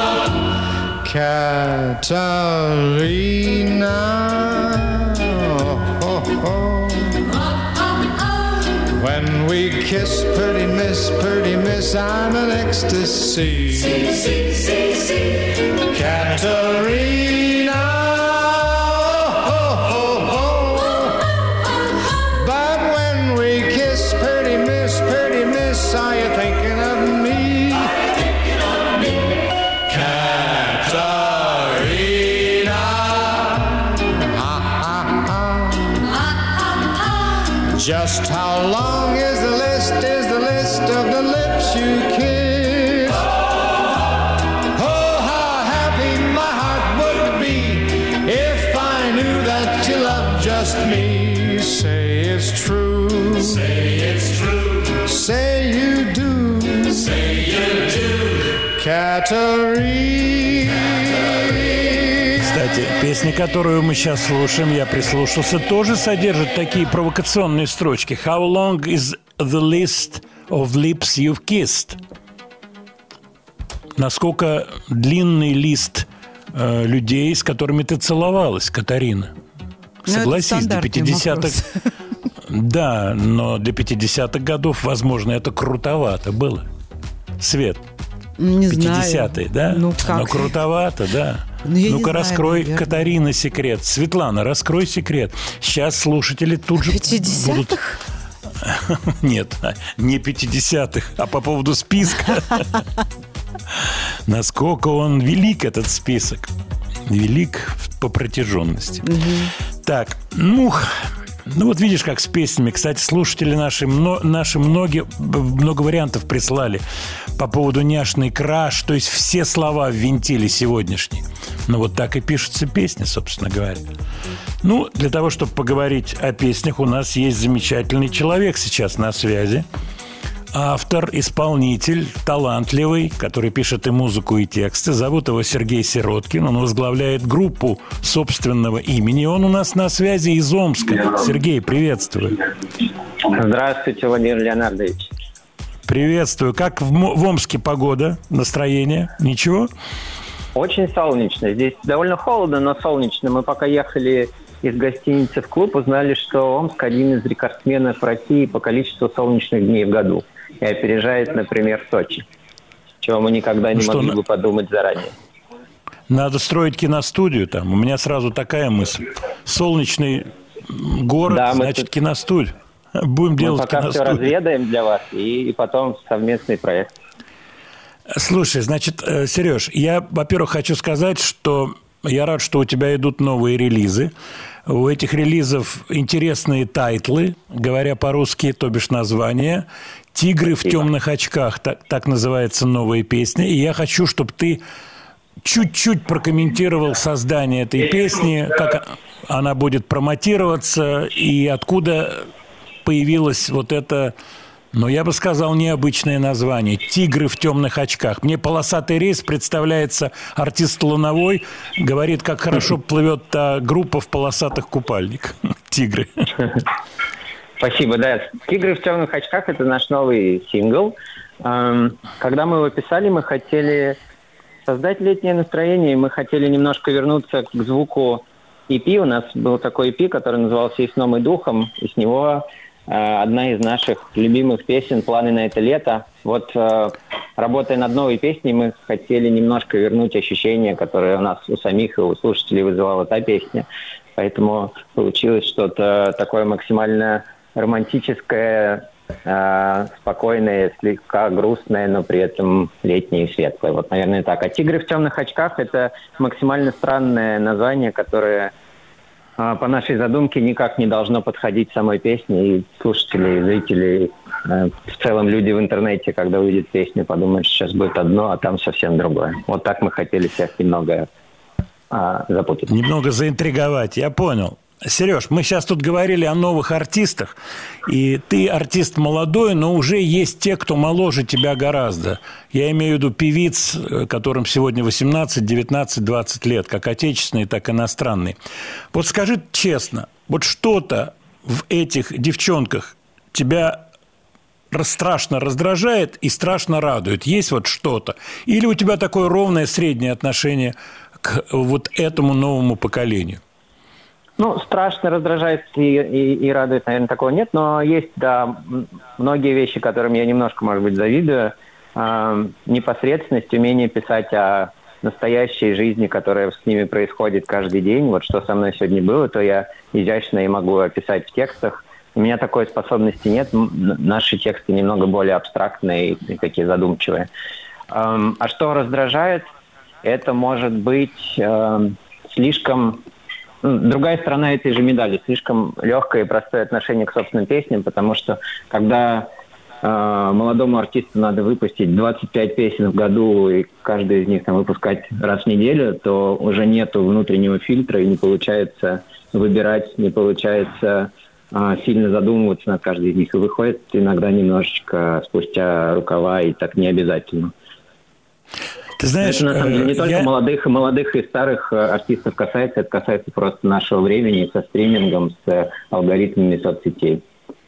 Katerina. Oh, oh, oh. When we kiss, pretty miss, pretty miss, I'm in ecstasy. See, see, see, see. Katerina. Oh, oh, oh. Just how long is the list, is the list of the lips you kiss? Oh, how happy my heart would be if I knew that you loved just me. Say it's true. Say it's true. Say you do. Say you do. Katerina. Кстати, песня, которую мы сейчас слушаем, я прислушался, тоже содержит такие провокационные строчки. How long is the list of lips you've kissed? Насколько длинный лист э, людей, с которыми ты целовалась, Катарина? Согласись, до пятидесятых... Да, но для пятидесятых годов, возможно, это крутовато было. Свет. Не пятидесятые, да? Ну, как? Ну, крутовато, да. Ну, я Ну-ка, не раскрой, знаю, Катарина, секрет. Светлана, раскрой секрет. Сейчас слушатели тут же будут... Нет, не пятидесятых, а по поводу списка. Насколько он велик, этот список. Велик по протяженности. Так, ну... Ну, вот видишь, как с песнями. Кстати, слушатели наши, мно, наши многие, много вариантов прислали по поводу няшный краш. То есть все слова ввинтили сегодняшние. Ну, вот так и пишутся песни, собственно говоря. Ну, для того, чтобы поговорить о песнях, у нас есть замечательный человек сейчас на связи. Автор, исполнитель, талантливый, который пишет и музыку, и тексты. Зовут его Сергей Сироткин. Он возглавляет группу собственного имени. Он у нас на связи из Омска. Сергей, приветствую. Здравствуйте, Владимир Леонардович. Приветствую. Как в, в Омске погода, настроение? Ничего? Очень солнечно. Здесь довольно холодно, но солнечно. Мы пока ехали из гостиницы в клуб, узнали, что Омск один из рекордсменов России по количеству солнечных дней в году. И опережает, например, Сочи. Чего мы никогда не ну могли что, бы подумать заранее. Надо строить киностудию там. У меня сразу такая мысль. Солнечный город, да, значит, тут... киностудия. Будем мы делать пока киностудию. Все разведаем для вас, и, и потом совместный проект. Слушай, значит, Сереж, я, во-первых, хочу сказать, что я рад, что у тебя идут новые релизы. У этих релизов интересные тайтлы, говоря по-русски, то бишь названия. «Тигры в темных очках», так, так называется новая песня. И я хочу, чтобы ты чуть-чуть прокомментировал создание этой песни, как она будет промотироваться и откуда появилось вот это, ну, я бы сказал, необычное название «Тигры в темных очках». Мне «Полосатый рейс» представляется артист Луновой, говорит, как хорошо плывет та группа в полосатых купальниках. «Тигры». Спасибо, да. «Тигры в темных очках» – это наш новый сингл. Когда мы его писали, мы хотели создать летнее настроение, и мы хотели немножко вернуться к звуку и пи. У нас был такой и пи, который назывался «И сном, и духом», и с него одна из наших любимых песен «Планы на это лето». Вот, работая над новой песней, мы хотели немножко вернуть ощущения, которые у нас у самих и у слушателей вызывала та песня. Поэтому получилось что-то такое максимально романтическое, спокойное, слегка грустное, но при этом летнее и светлое. Вот, наверное, так. А «Тигры в темных очках» — это максимально странное название, которое по нашей задумке никак не должно подходить самой песне, и слушатели, и зрители, в целом люди в интернете, когда увидят песню, подумают, что сейчас будет одно, а там совсем другое. Вот так мы хотели всех немного а, запутать. Немного заинтриговать, я понял. Сереж, мы сейчас тут говорили о новых артистах, и ты артист молодой, но уже есть те, кто моложе тебя гораздо. Я имею в виду певиц, которым сегодня восемнадцать, девятнадцать, двадцать лет, как отечественные, так и иностранные. Вот скажи честно, вот что-то в этих девчонках тебя страшно раздражает и страшно радует? Есть вот что-то? Или у тебя такое ровное среднее отношение к вот этому новому поколению? Ну, страшно раздражает и, и, и радует, наверное, такого нет, но есть, да, многие вещи, которым я немножко, может быть, завидую. Э, непосредственность, умение писать о настоящей жизни, которая с ними происходит каждый день. Вот что со мной сегодня было, то я изящно и могу описать в текстах. У меня такой способности нет. Наши тексты немного более абстрактные и такие задумчивые. Э, а что раздражает? Это может быть э, слишком... ну, другая сторона этой же медали. Слишком легкое и простое отношение к собственным песням, потому что когда э, молодому артисту надо выпустить двадцать пять песен в году, и каждую из них там выпускать раз в неделю, то уже нету внутреннего фильтра, и не получается выбирать, не получается э, сильно задумываться над каждой из них. И выходит иногда немножечко спустя рукава, и так не обязательно. Ты знаешь, это, на самом деле, не только я... молодых, и молодых и старых артистов касается, это касается просто нашего времени со стримингом, с алгоритмами соцсетей.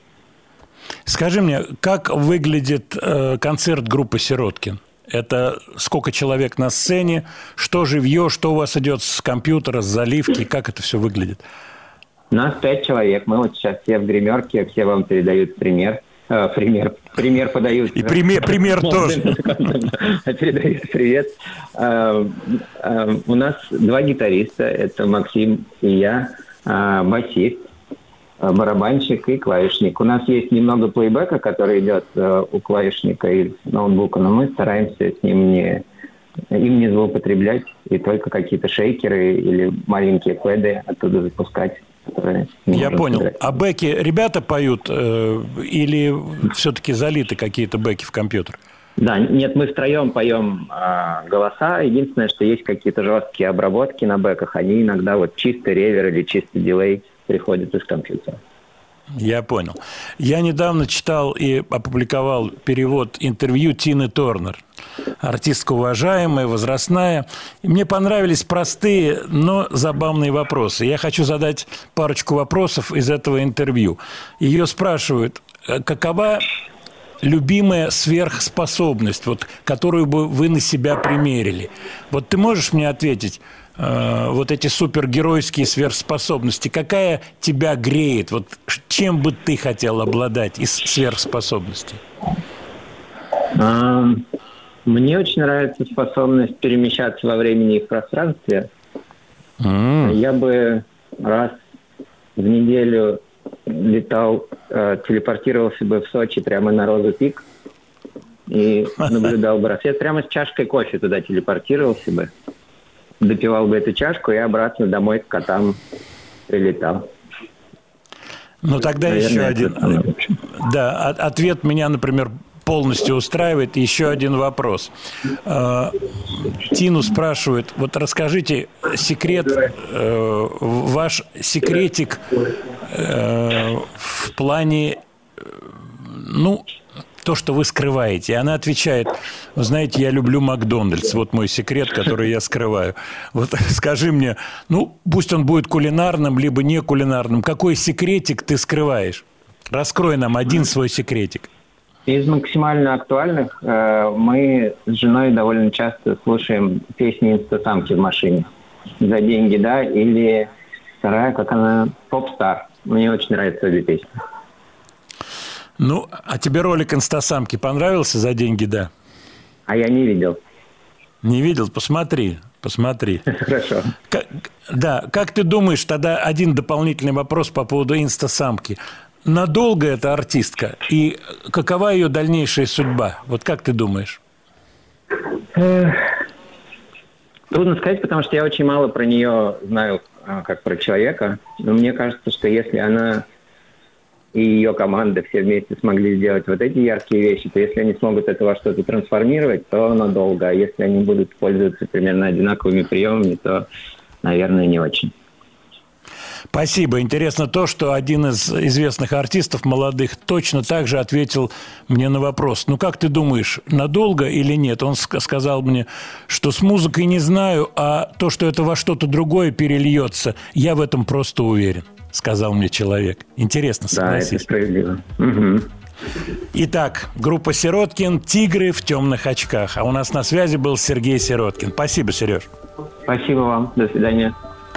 Скажи мне, как выглядит э, концерт группы «Сироткин»? Это сколько человек на сцене, что живье, что у вас идет с компьютера, с заливки, как это все выглядит? Нас пять человек, мы вот сейчас все в гримерке, все вам передают пример. А, пример, пример подают. И пример, пример тоже. Передают привет. А, а, у нас два гитариста, это Максим и я, а, басист, барабанщик и клавишник. У нас есть немного плейбека, который идет а, у клавишника из ноутбука, но мы стараемся с ним не, им не злоупотреблять и только какие-то шейкеры или маленькие пэды оттуда запускать. Я понял. Играть. А бэки ребята поют э, или все-таки залиты какие-то бэки в компьютер? Да, нет, мы втроем поем э, голоса. Единственное, что есть какие-то жесткие обработки на бэках, они иногда вот чистый ревер или чистый дилей приходят из компьютера. Я понял. Я недавно читал и опубликовал перевод интервью Тины Торнер. Артистка уважаемая, возрастная. И мне понравились простые, но забавные вопросы. Я хочу задать парочку вопросов из этого интервью. Ее спрашивают, какова любимая сверхспособность, вот, которую бы вы на себя примерили? Вот ты можешь мне ответить, э, вот эти супергеройские сверхспособности, какая тебя греет? Вот чем бы ты хотел обладать из сверхспособностей? А, мне очень нравится способность перемещаться во времени и в пространстве. Mm. Я бы раз в неделю летал, э, телепортировался бы в Сочи прямо на Розу Пик и наблюдал бы рассвет. Прямо с чашкой кофе туда телепортировался бы, допивал бы эту чашку и обратно домой к котам прилетал. Ну, тогда Наверное, еще один. Да, ответ меня, например, полностью устраивает. Еще один вопрос. Тину спрашивают, вот расскажите секрет, ваш секретик в плане, ну, то, что вы скрываете. И она отвечает, вы знаете, я люблю Макдональдс. Вот мой секрет, который я скрываю. Вот скажи мне, ну, пусть он будет кулинарным, либо не кулинарным. Какой секретик ты скрываешь? Раскрой нам один свой секретик. Из максимально актуальных э, мы с женой довольно часто слушаем песни «Инстасамки» в машине. «За деньги, да», или вторая, как она, «Поп-стар». Мне очень нравятся обе песни. Ну, а тебе ролик «Инстасамки» понравился «За деньги, да»? А я не видел. Не видел? Посмотри, посмотри. Хорошо. Как, да, как ты думаешь, тогда один дополнительный вопрос по поводу «Инстасамки». Надолго эта артистка? И какова ее дальнейшая судьба? Вот как ты думаешь? Трудно сказать, потому что я очень мало про нее знаю, как про человека. Но мне кажется, что если она и ее команда все вместе смогли сделать вот эти яркие вещи, то если они смогут это во что-то трансформировать, то надолго. А если они будут пользоваться примерно одинаковыми приемами, то, наверное, не очень. Спасибо. Интересно то, что один из известных артистов молодых точно так же ответил мне на вопрос. Ну, как ты думаешь, надолго или нет? Он сказал мне, что с музыкой не знаю, а то, что это во что-то другое перельется, я в этом просто уверен, сказал мне человек. Интересно, согласись. Да, это справедливо. Угу. Итак, группа «Сироткин», «Тигры в темных очках». А у нас на связи был Сергей Сироткин. Спасибо, Сереж. Спасибо вам. До свидания.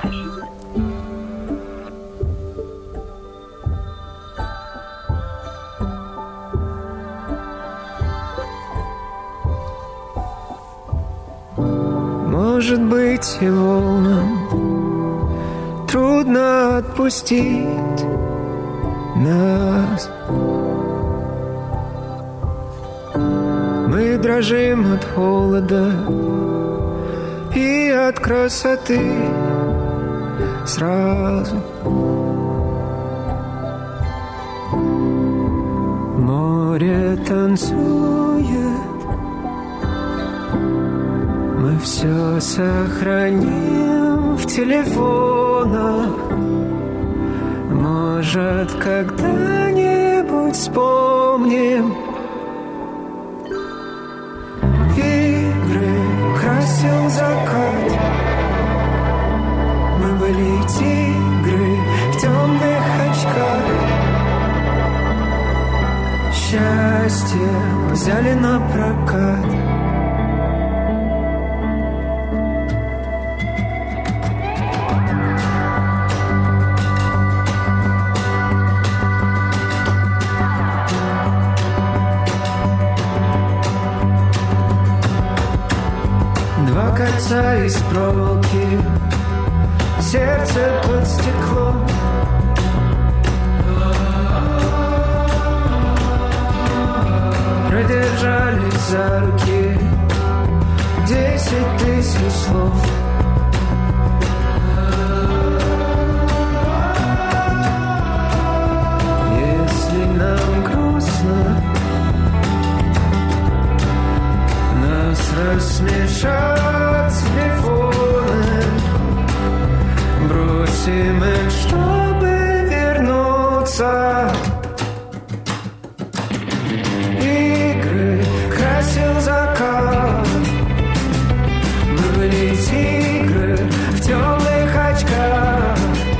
Может быть, и волнам трудно отпустить нас. Мы дрожим от холода и от красоты, сразу. Море танцует, мы все сохраним в телефонах. Может, когда-нибудь вспомним игры, красил закат. Мы были тигры в темных очках. Счастье взяли на прокат. Два кольца из проволоки, сердце под стекло. Продержались за руки десять тысяч слов. Если нам грустно, нас рассмешат телефоны. Бросим их, чтобы вернуться. Игры красил закат. Мы были тигры в темных очках.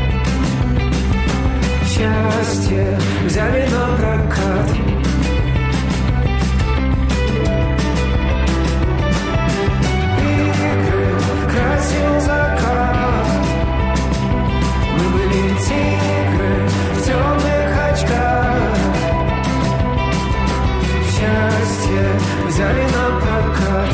Счастье взяли на прокат. Игры красил закат. Мы были тигры в темных очках. Счастье взяли на прокат.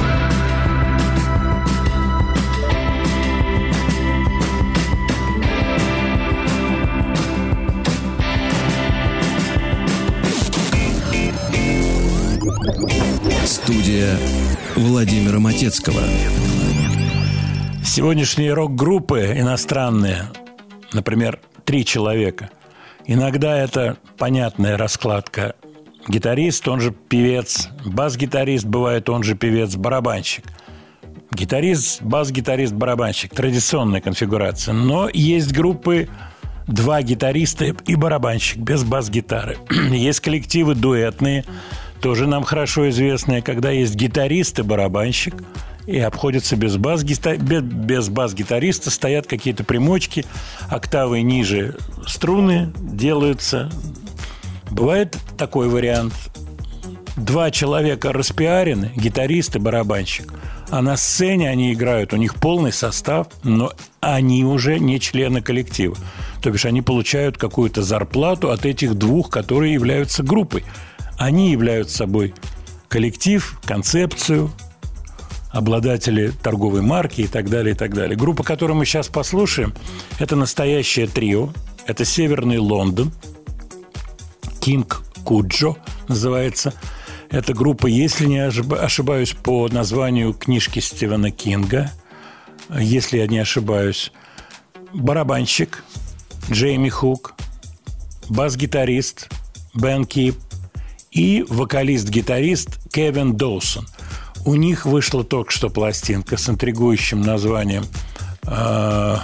Студия Владимира Матецкого. Сегодняшние рок-группы иностранные, например, три человека. Иногда это понятная раскладка. Гитарист, он же певец, бас-гитарист, бывает он же певец, барабанщик. Гитарист, бас-гитарист, барабанщик. Традиционная конфигурация. Но есть группы два гитариста и барабанщик без бас-гитары. Есть коллективы дуэтные, тоже нам хорошо известные, когда есть гитарист и барабанщик, и обходятся без, бас-гита... без бас-гитариста, стоят какие-то примочки, октавы ниже струны делаются. Бывает такой вариант. Два человека распиарены, гитарист и барабанщик, а на сцене они играют, у них полный состав, но они уже не члены коллектива. То бишь они получают какую-то зарплату от этих двух, которые являются группой. Они являются собой коллектив, концепцию, обладатели торговой марки и так далее, и так далее. Группа, которую мы сейчас послушаем, это настоящее трио. Это Северный Лондон. Кинг Куджо называется. Эта группа, если не ошибаюсь, по названию книжки Стивена Кинга. Если я не ошибаюсь. Барабанщик Джейми Хук. Бас-гитарист Бен Кип. И вокалист-гитарист Кевин Доусон. У них вышла только что пластинка с интригующим названием э,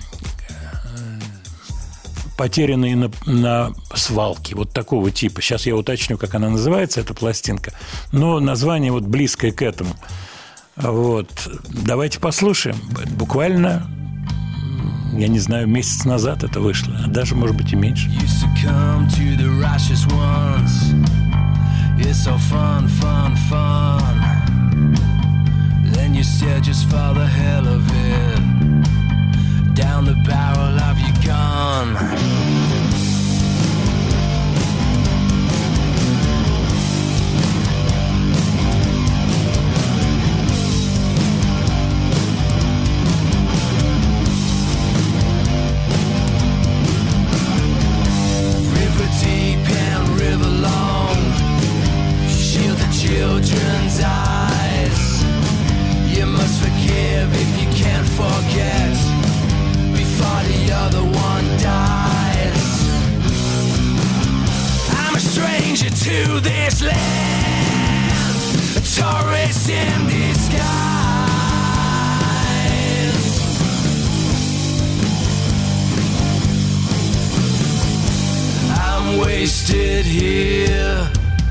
«Потерянные на, на свалке». Вот такого типа. Сейчас я уточню, как она называется, эта пластинка. Но название вот близкое к этому. Вот. Давайте послушаем. Буквально, я не знаю, месяц назад это вышло. А даже, может быть, и меньше. It's so fun, fun, fun. Then you said just for the hell of it, down the barrel of your gun. River deep and river long, shield the children's eyes. You must forgive if you can't forget. Before the to this land, a tourist in disguise. I'm wasted here,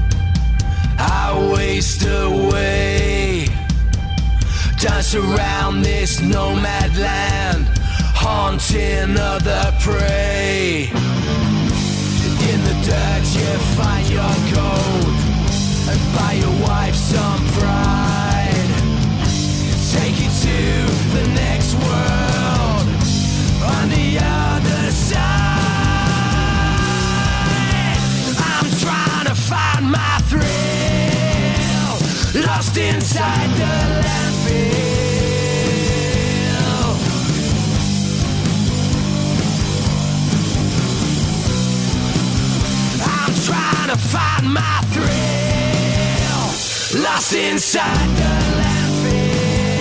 I waste away, dance around this nomad land, haunting other prey. In the dirt you find your gold, and buy your wife some pride. Take you to the next world, on the other side. I'm trying to find my thrill, lost inside the landfill. Trying to find my thrill, lost inside the landfill.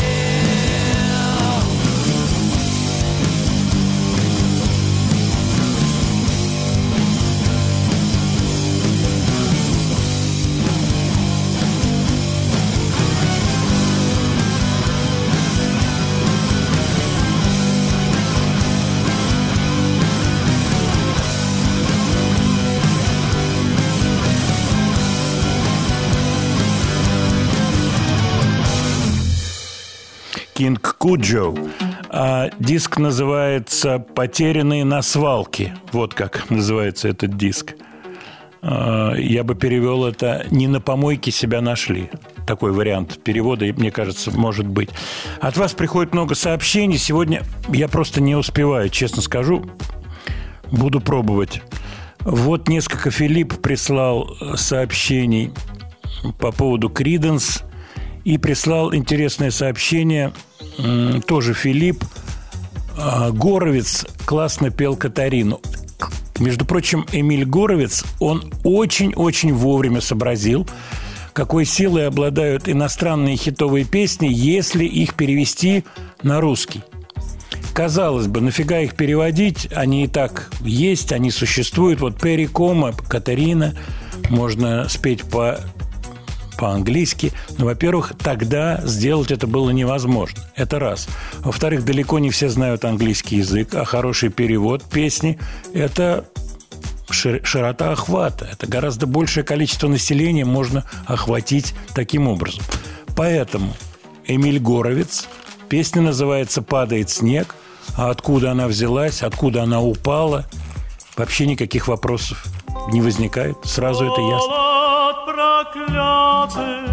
Кинг Куджо. А диск называется «Потерянные на свалке». Вот как называется этот диск. А, я бы перевел это «Не на помойке себя нашли». Такой вариант перевода, мне кажется, может быть. От вас приходит много сообщений. Сегодня я просто не успеваю, честно скажу. Буду пробовать. Вот несколько Филипп прислал сообщений по поводу Creedence. И прислал интересное сообщение, тоже Филипп. Горовец классно пел Катарину. Между прочим, Эмиль Горовец, он очень-очень вовремя сообразил, какой силой обладают иностранные хитовые песни, если их перевести на русский. Казалось бы, нафига их переводить? Они и так есть, они существуют. Вот Перри Комо, Катарина, можно спеть по... по-английски. Но, во-первых, тогда сделать это было невозможно. Это раз. Во-вторых, далеко не все знают английский язык, а хороший перевод песни – это широта охвата. Это гораздо большее количество населения можно охватить таким образом. Поэтому Эмиль Горовец, песня называется «Падает снег», а откуда она взялась, откуда она упала, вообще никаких вопросов не возникает. Сразу это ясно. Проклятый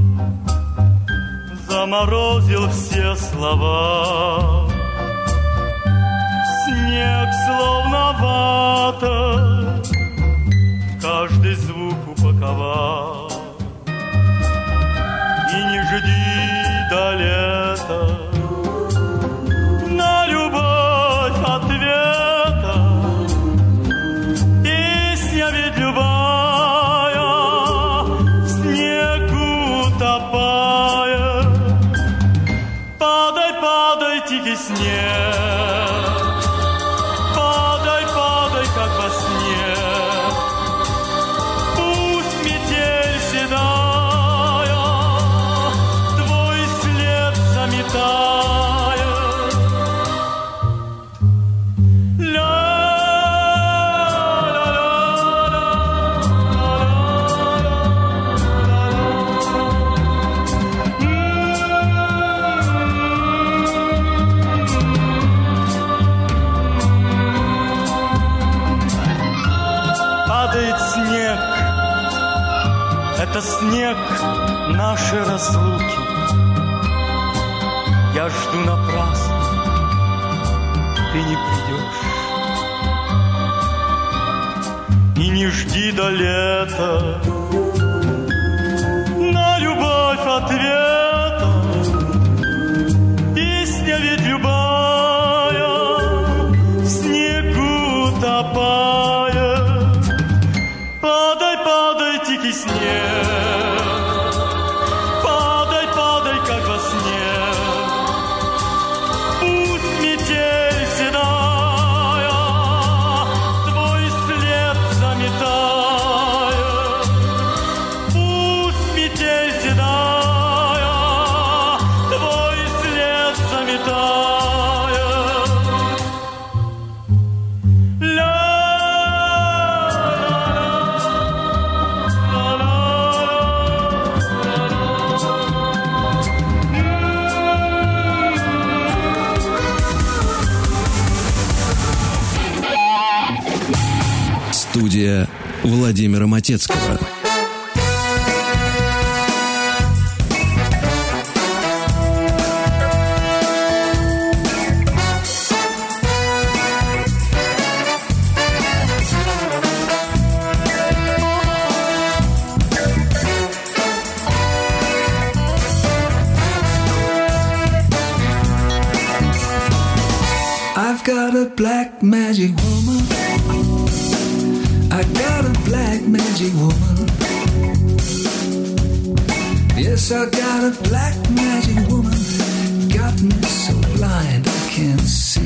заморозил все слова. Снег словно вата, каждый звук упаковал. И не жди до лета на любовь ответа. Песня ведь любая в снег утопая. Падай, падай, тихий снег, падай, падай, как во сне. Пусть метель седая твой след заметает. Падает снег, это снег нашей разлуки. Я жду напрасно, ты не придешь. И не жди до лета на любовь ответа. Песня ведь любая в снегу топая. Падай, падай, тихий снег, падай, падай, как во сне. Пусть метель седая твой след заметает. Студия Владимира Матецкого. I've got a black magic woman. I got a black magic woman. Yes, I got a black magic woman. Got me so blind I can't see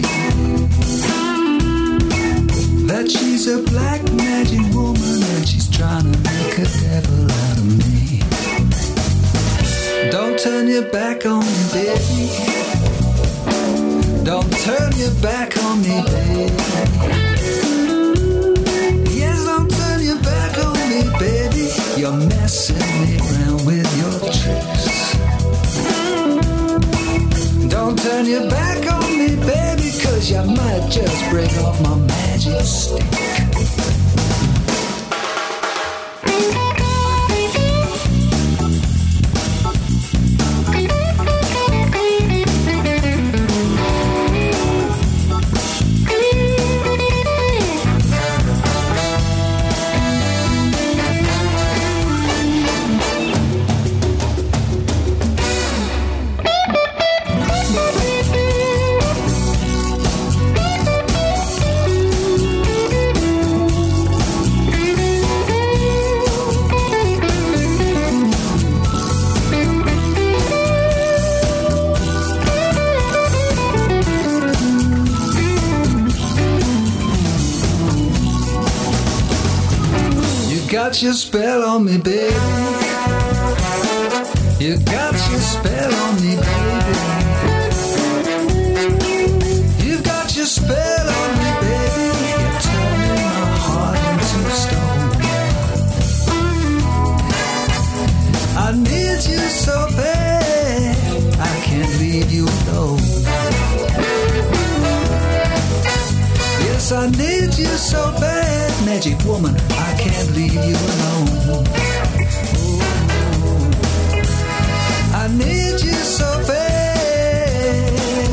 that she's a black magic woman and she's trying to make a devil out of me. Don't turn your back on me, baby. Don't turn your back on me, baby. Yes, don't turn your back on me, baby. You're messing me around with your tricks. Don't turn your back on me, baby, 'cause you might just break off my magic stick. Got your spell on me, baby. You got your spell on me, baby. You got your spell on me, baby. You're turning my heart into stone. I need you so bad, I can't leave you alone. Yes, I need you so bad, magic woman, I can't leave you alone. Oh, I need you so bad.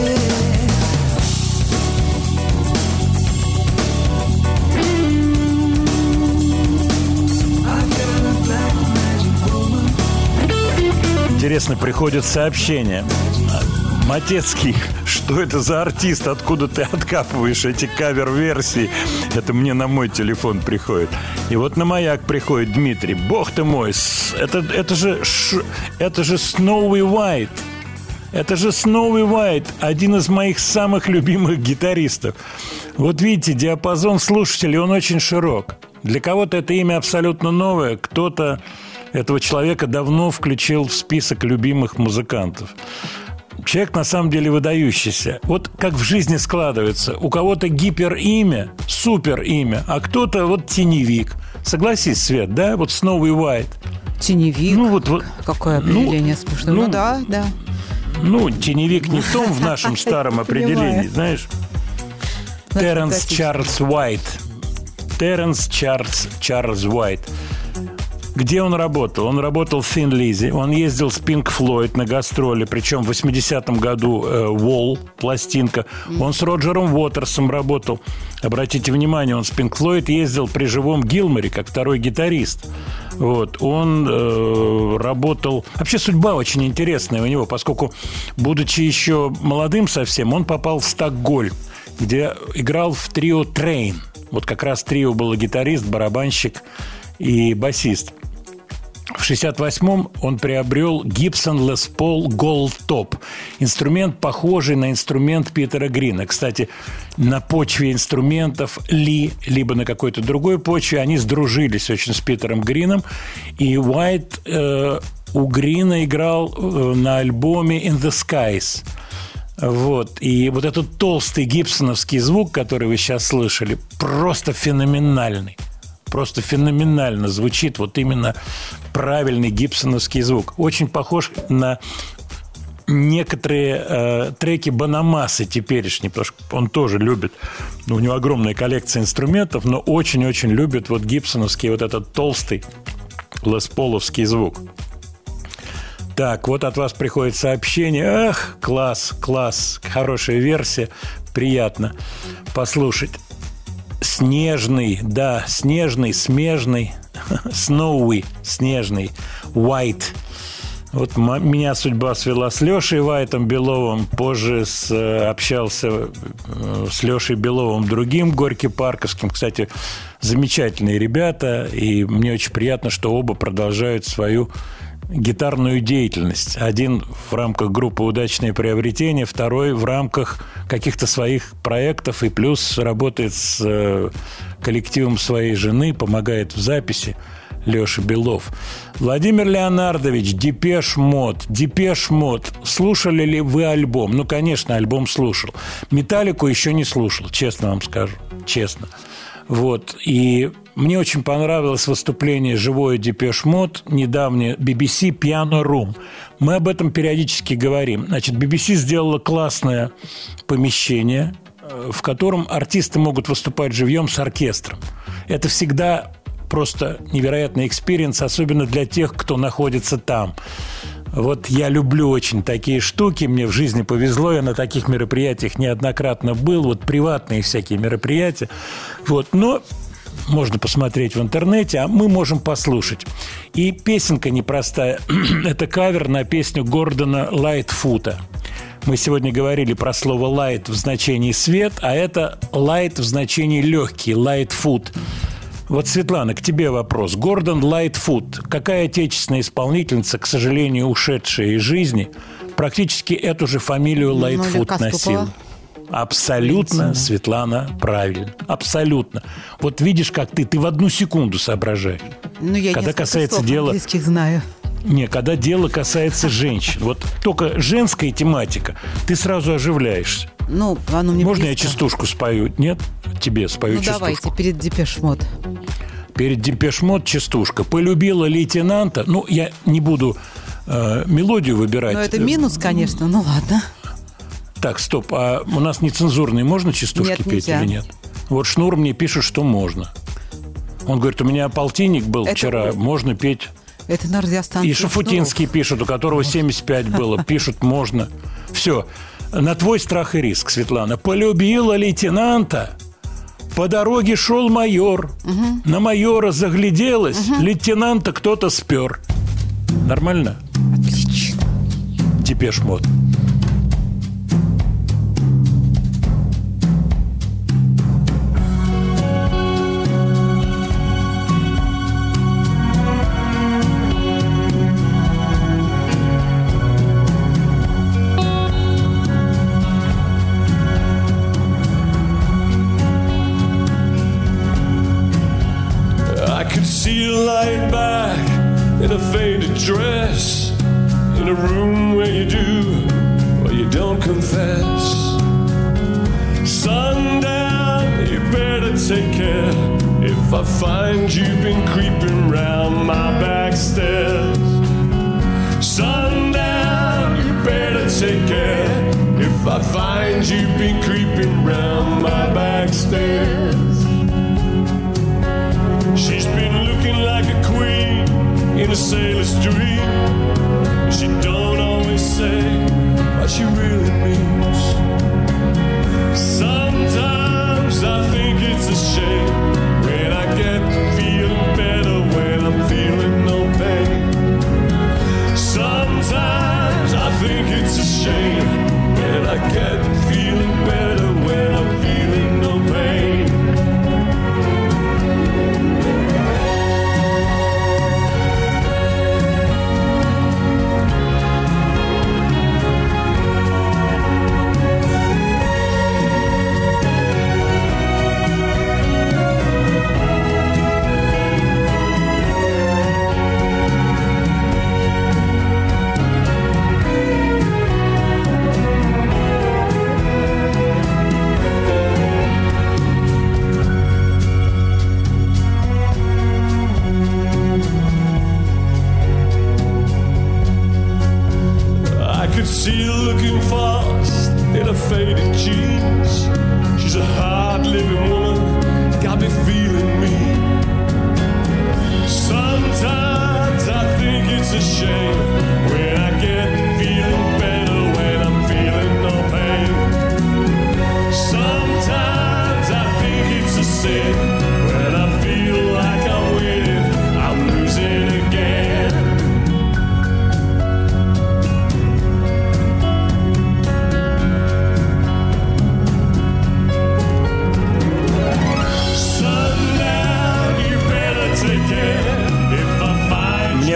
I've got a black magic woman. Интересно, приходят сообщения. Матецкий, что это за артист? Откуда ты откапываешь эти кавер-версии? Это мне на мой телефон приходит. И вот на маяк приходит Дмитрий. Бог ты мой, это, это же это же Snowy White. Это же Snowy White, один из моих самых любимых гитаристов. Вот видите, диапазон слушателей, он очень широк. Для кого-то это имя абсолютно новое, кто-то этого человека давно включил в список любимых музыкантов. Человек на самом деле выдающийся. Вот как в жизни складывается. У кого-то гиперимя, суперимя, а кто-то вот теневик. Согласись, Свет, да? Вот Snowy White. Теневик? Ну, вот, вот, какое определение ну, смешное. Ну, ну да, да. Ну, теневик не в том в нашем старом определении, знаешь. Теренс Чарльз Уайт. Теренс Чарльз Чарльз Уайт. Где он работал? Он работал в Thin Lizzy. Он ездил с Pink Floyd на гастроли. Причем в восьмидесятом году э, Wall, пластинка. Он с Роджером Уотерсом работал. Обратите внимание, он с Pink Floyd ездил при живом Гилморе, как второй гитарист. Вот. Он э, работал... Вообще судьба очень интересная у него, поскольку, будучи еще молодым совсем, он попал в Стокгольм, где играл в трио Train. Вот как раз трио было гитарист, барабанщик и басист. В шестьдесят восьмом он приобрел Gibson Les Paul Gold Top. Инструмент, похожий на инструмент Питера Грина. Кстати, на почве инструментов Ли, либо на какой-то другой почве, они сдружились очень с Питером Грином. И Уайт э, у Грина играл э, на альбоме In the Skies. Вот. И вот этот толстый гибсоновский звук, который вы сейчас слышали, просто феноменальный. Просто феноменально звучит вот именно правильный гибсоновский звук. Очень похож на некоторые э, треки Банамасы теперешние, потому что он тоже любит, у него огромная коллекция инструментов, но очень-очень любит вот гибсоновский вот этот толстый лес-половский звук. Так, вот от вас приходит сообщение. Ах, класс, класс, хорошая версия, приятно послушать. Снежный, да, снежный, смежный, snowy, снежный, white. Вот меня судьба свела с Лешей Вайтом Беловым. Позже с, общался с Лешей Беловым другим Горьки-Парковским. Кстати, замечательные ребята. И мне очень приятно, что оба продолжают свою гитарную деятельность. Один в рамках группы «Удачные приобретения», второй в рамках каких-то своих проектов и плюс работает с коллективом своей жены, помогает в записи. Леша Белов. Владимир Леонардович, Депеш Мод. Депеш Мод. Слушали ли вы альбом? Ну, конечно, альбом слушал. Металлику еще не слушал, честно вам скажу. Честно. Вот. И мне очень понравилось выступление живое Депеш Мод, недавнее би би си Piano Room. Мы об этом периодически говорим. Значит, би би си сделала классное помещение, в котором артисты могут выступать живьем с оркестром. Это всегда просто невероятный экспириенс, особенно для тех, кто находится там. Вот я люблю очень такие штуки, мне в жизни повезло, я на таких мероприятиях неоднократно был, вот приватные всякие мероприятия. Вот, но можно посмотреть в интернете, а мы можем послушать. И песенка непростая, это кавер на песню Гордона Лайтфута. Мы сегодня говорили про слово «light» в значении «свет», а это «light» в значении «легкий», «lightfoot». Вот, Светлана, к тебе вопрос. Гордон Лайтфут. Какая отечественная исполнительница, к сожалению, ушедшая из жизни, практически эту же фамилию Лайтфут ну, носила? Абсолютно, Видите. Светлана, правильно. Абсолютно. Вот видишь, как ты, ты в одну секунду соображаешь. Ну, я когда касается дела... английских знаю. Не, когда дело касается женщин. Вот только женская тематика, ты сразу оживляешься. Ну, оно мне Можно близко. Я частушку спою? Нет? Тебе спою ну, частушку. Давайте, перед Депеш Мод. Перед Депеш Мод частушка. Полюбила лейтенанта. Ну, я не буду э, мелодию выбирать. Ну, это минус, конечно, ну ладно. Так, стоп. А у нас нецензурные можно частушки нет, петь нельзя. или нет? Вот Шнур мне пишет, что можно. Он говорит, у меня полтинник был это... вчера, можно петь... Это на радиостанции. И Шафутинский Шнуров. пишет, у которого семьдесят пять было. Пишут, можно. Все. На твой страх и риск, Светлана. Полюбила лейтенанта. По дороге шел майор. Угу. На майора загляделась. Угу. Лейтенанта кто-то спер. Нормально? Отлично. Депеш Мод. See you lying back in a faded dress in a room where you do or you don't confess. Sundown, you better take care if I find you been creeping round my back stairs. Sundown, you better take care if I find you been creeping round my back stairs. She's been looking like a queen in a sailor's dream. She don't always say what she really means. Sometimes I think it's a shame when I get feeling better when I'm feeling no pain. Sometimes I think it's a shame when I get feeling better when I'm feeling no pain.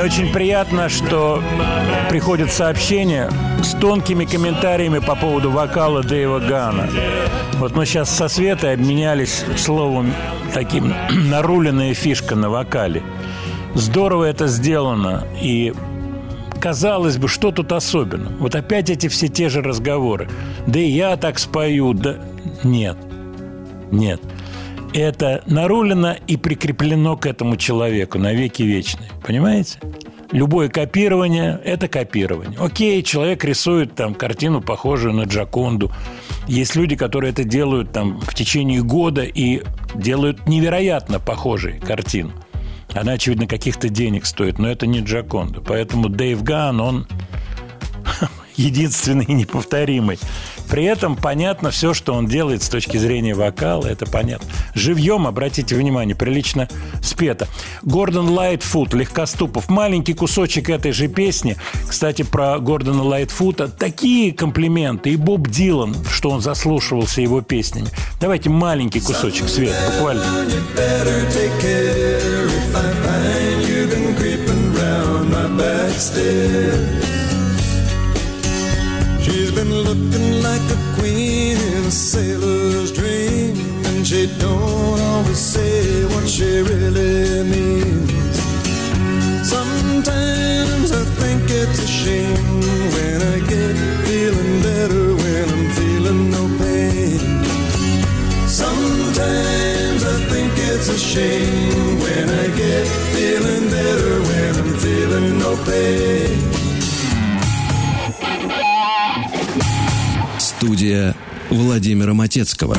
очень приятно, что приходят сообщения с тонкими комментариями по поводу вокала Дэйва Гана. Вот мы сейчас со Светой обменялись словом таким «наруленная фишка на вокале». Здорово это сделано, и казалось бы, что тут особенно? Вот опять эти все те же разговоры. Да и я так спою, да... Нет, нет. Это нарулено и прикреплено к этому человеку навеки вечные. Понимаете? Любое копирование – это копирование. Окей, человек рисует там картину, похожую на Джоконду. Есть люди, которые это делают там в течение года и делают невероятно похожую картину. Она, очевидно, каких-то денег стоит, но это не Джоконда. Поэтому Дэйв Ган, он единственный и неповторимый. При этом понятно все, что он делает с точки зрения вокала, это понятно. Живьем, обратите внимание, прилично спето. Гордон Лайтфуд, Легкоступов, маленький кусочек этой же песни. Кстати, про Гордона Лайтфуда такие комплименты. И Боб Дилан, что он заслушивался его песнями. Давайте маленький кусочек, Свет, буквально. She's been looking like a queen in a sailor's dream, and she don't always say what she really means. Sometimes I think it's a shame when I get feeling better when I'm feeling no pain. Sometimes I think it's a shame when I get feeling better when I'm feeling no pain. Студия Владимира Матецкого.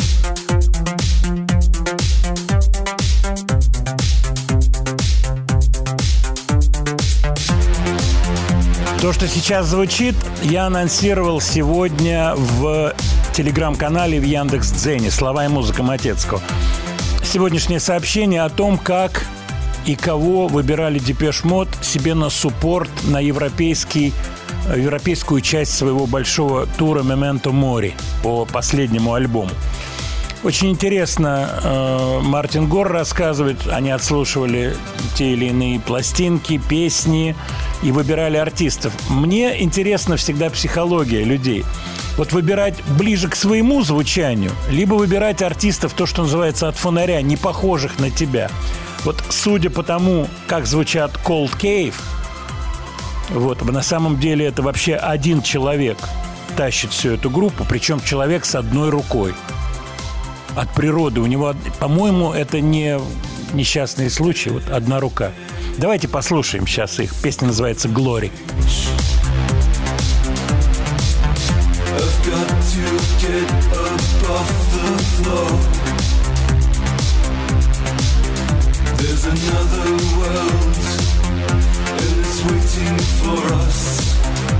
То, что сейчас звучит, я анонсировал сегодня в телеграм-канале в Яндекс.Дзене «Слова и музыка Матецкого». Сегодняшнее сообщение о том, как и кого выбирали Депеш Мод себе на суппорт на европейский европейскую часть своего большого тура «Memento Mori» по последнему альбому. Очень интересно, э, Мартин Гор рассказывает, они отслушивали те или иные пластинки, песни и выбирали артистов. Мне интересна всегда психология людей. Вот выбирать ближе к своему звучанию, либо выбирать артистов, то, что называется, от фонаря, не похожих на тебя. Вот судя по тому, как звучат Cold Cave, вот, на самом деле это вообще один человек тащит всю эту группу, причем человек с одной рукой. От природы у него, по-моему, это не несчастный случай, вот одна рука. Давайте послушаем сейчас их. Песня называется «Glory». There's another world, and it's waiting for us.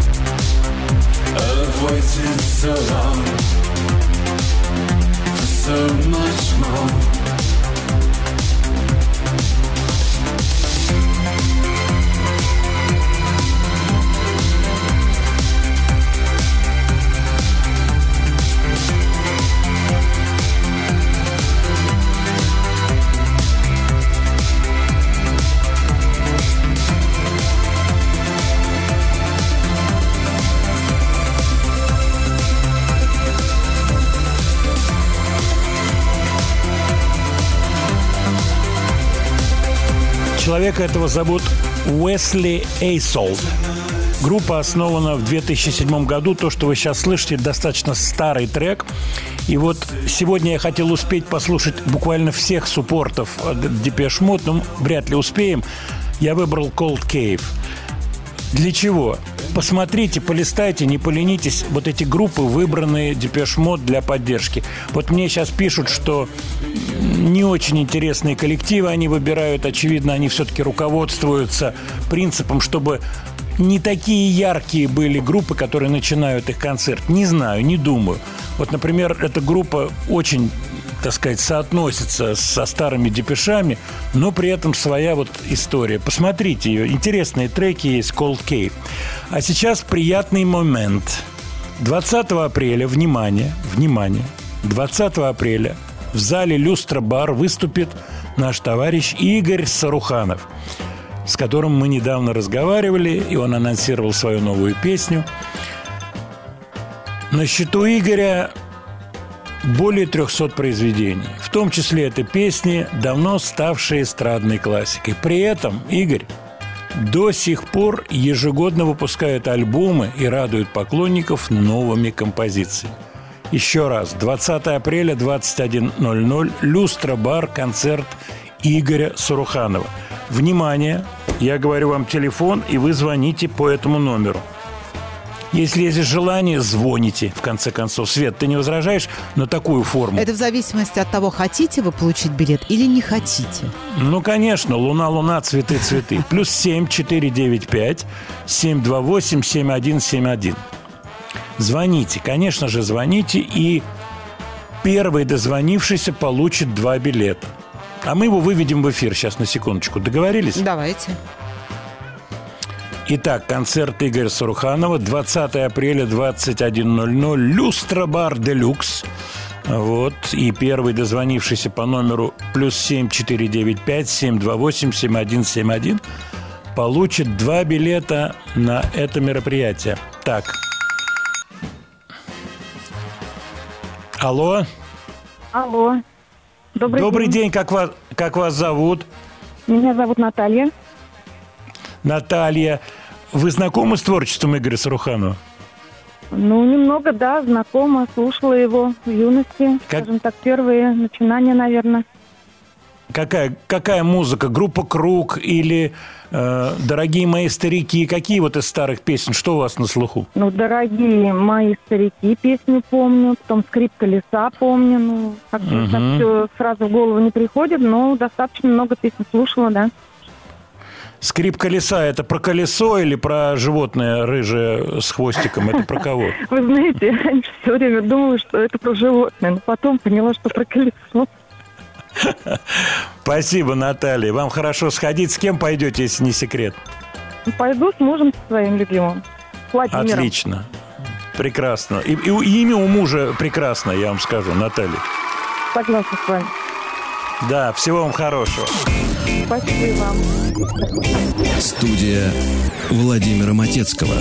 I've waited so long for so much more. Человека этого зовут Уэсли Эйсолд. Группа основана в две тысячи седьмом году. То, что вы сейчас слышите, достаточно старый трек. И вот сегодня я хотел успеть послушать буквально всех суппортов Депеш Мод, но вряд ли успеем. Я выбрал Cold Cave. Для чего? Посмотрите, полистайте, не поленитесь. Вот эти группы, выбранные Депеш Мод для поддержки. Вот мне сейчас пишут, что не очень интересные коллективы они выбирают. Очевидно, они все-таки руководствуются принципом, чтобы не такие яркие были группы, которые начинают их концерт. Не знаю, не думаю. Вот, например, эта группа очень, так сказать, соотносится со старыми депешами, но при этом своя вот история. Посмотрите ее. Интересные треки есть, Cold Cave. А сейчас приятный момент. двадцатого апреля, внимание, внимание, двадцатого апреля в зале «Люстра Бар» выступит наш товарищ Игорь Саруханов. с которым мы недавно разговаривали, и он анонсировал свою новую песню. На счету Игоря более трехсот произведений. В том числе это песни, давно ставшие эстрадной классикой. При этом Игорь до сих пор ежегодно выпускает альбомы и радует поклонников новыми композициями. Еще раз, двадцатого апреля, двадцать один ноль ноль, Люстра-бар, концерт Игоря Саруханова. Внимание, я говорю вам телефон, и вы звоните по этому номеру. Если есть желание, звоните, в конце концов. Свет, ты не возражаешь на такую форму? Это в зависимости от того, хотите вы получить билет или не хотите. Ну, конечно, луна, луна, цветы, цветы. Плюс семь четыре девять пять семь два восемь семь один семь один. Звоните, конечно же, звоните, и первый дозвонившийся получит два билета. А мы его выведем в эфир сейчас, на секундочку. Договорились? Давайте. Итак, концерт Игоря Саруханова, двадцатого апреля, двадцать один ноль ноль, Люстра-бар Делюкс. Вот. И первый дозвонившийся по номеру плюс семь четыре девять пять семь два восемь семь один семь один получит два билета на это мероприятие. Так. Алло. Алло. Добрый, Добрый день. день. Как вас, как вас зовут? Меня зовут Наталья. Наталья. Вы знакомы с творчеством Игоря Саруханова? Ну, немного, да, знакома, слушала его в юности. Как... Скажем так, первые начинания, наверное. Какая, какая музыка? Группа «Круг» или э, «Дорогие мои старики»? Какие вот из старых песен? Что у вас на слуху? Ну, «Дорогие мои старики» песню помню, потом «Скрип колеса» помню. Ну, как бы Угу. так все сразу в голову не приходит, но достаточно много песен слушала, да. «Скрип колеса» — это про колесо или про животное рыжее с хвостиком? Это про кого? Вы знаете, я раньше все время думала, что это про животное, но потом поняла, что про колесо. Спасибо, Наталья. Вам хорошо сходить. С кем пойдете, если не секрет? Пойду с мужем своим любимым, Владимиром. Отлично. Прекрасно. И, и имя у мужа прекрасно, я вам скажу, Наталья. Согласна с вами. Да, всего вам хорошего. Спасибо вам. Студия Владимира Матецкого.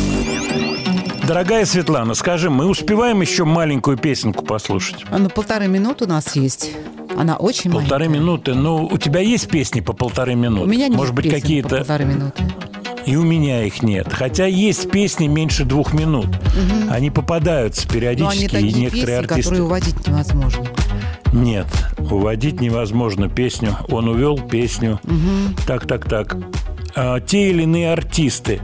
Дорогая Светлана, скажи, мы успеваем еще маленькую песенку послушать? А ну, полторы минуты у нас есть. Она очень Полторы маленькая. минуты. Ну, у тебя есть песни по полторы минуты? У меня нет Может быть, песен какие-то... по полторы минуты. И у меня их нет. Хотя есть песни меньше двух минут. Угу. Они попадаются Но они периодически, и такие некоторые песни, артисты... которые уводить невозможно. Нет, уводить невозможно песню. Он увел песню. Угу. Так, так, так. А, те или иные артисты.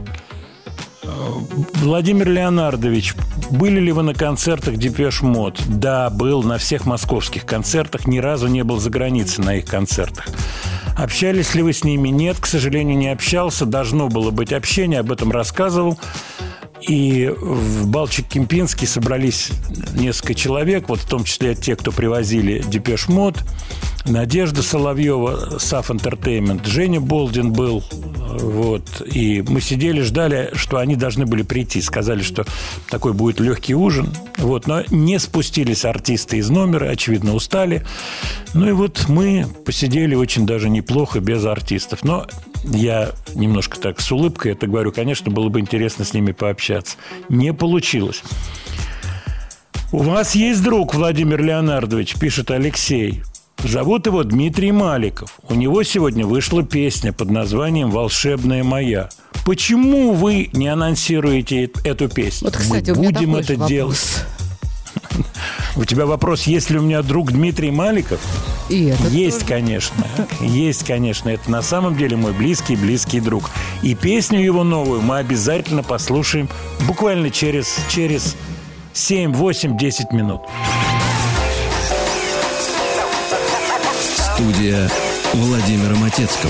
Владимир Леонардович, были ли вы на концертах Депеш Мод? Да, был на всех московских концертах. Ни разу не был за границей на их концертах. Общались ли вы с ними? Нет, к сожалению, не общался. Должно было быть общение, об этом рассказывал. И в Балчуг-Кемпинске собрались несколько человек, вот в том числе те, кто привозили Депеш Мод, Надежда Соловьева, Саф Entertainment, Женя Болдин был, вот, и мы сидели, ждали, что они должны были прийти, сказали, что такой будет легкий ужин, вот, но не спустились артисты из номера, очевидно, устали, ну и вот мы посидели очень даже неплохо без артистов, но я немножко так с улыбкой это говорю, конечно, было бы интересно с ними пообщаться, не получилось. У вас есть друг Владимир Леонардович, пишет Алексей. Зовут его Дмитрий Маликов. У него сегодня вышла песня под названием «Волшебная моя». Почему вы не анонсируете эту песню? Вот, кстати, Мы у меня будем такой это же делать. У тебя вопрос, есть ли у меня друг Дмитрий Маликов? И этот есть, тоже. конечно. Есть, конечно. Это на самом деле мой близкий-близкий друг. И песню его новую мы обязательно послушаем буквально через, через семь, восемь, десять минут. Студия Владимира Матецкого.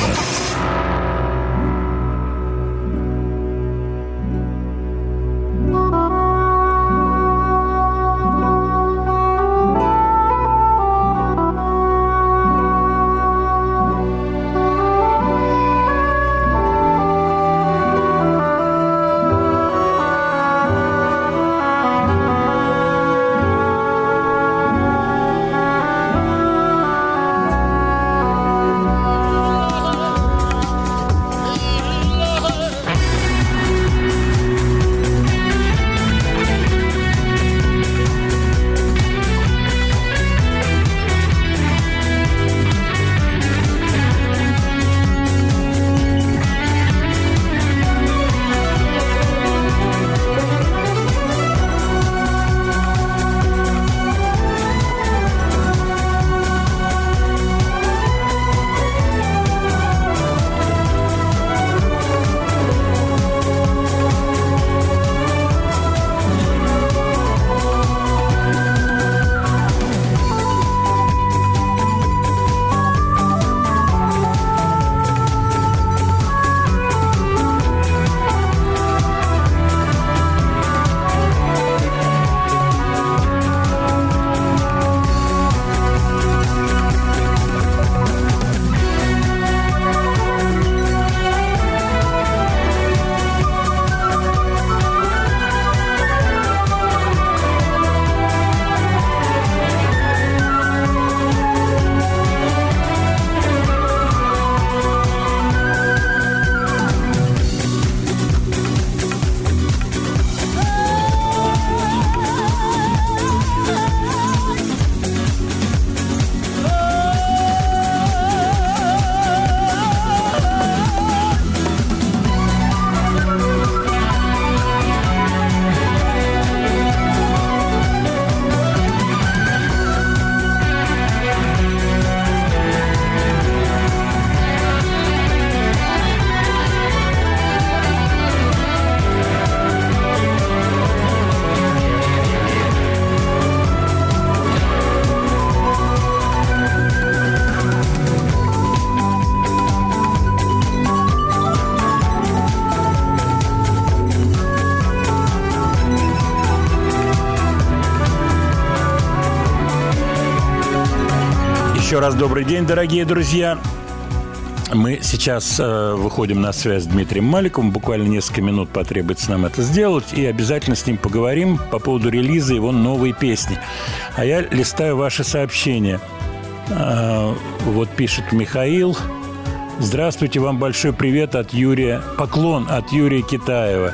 Еще раз добрый день, дорогие друзья. Мы сейчас э, выходим на связь с Дмитрием Маликовым. Буквально несколько минут потребуется нам это сделать. И обязательно с ним поговорим по поводу релиза его новой песни. А я листаю ваши сообщения. Э, вот пишет Михаил. Здравствуйте, вам большой привет от Юрия. Поклон от Юрия Китаева.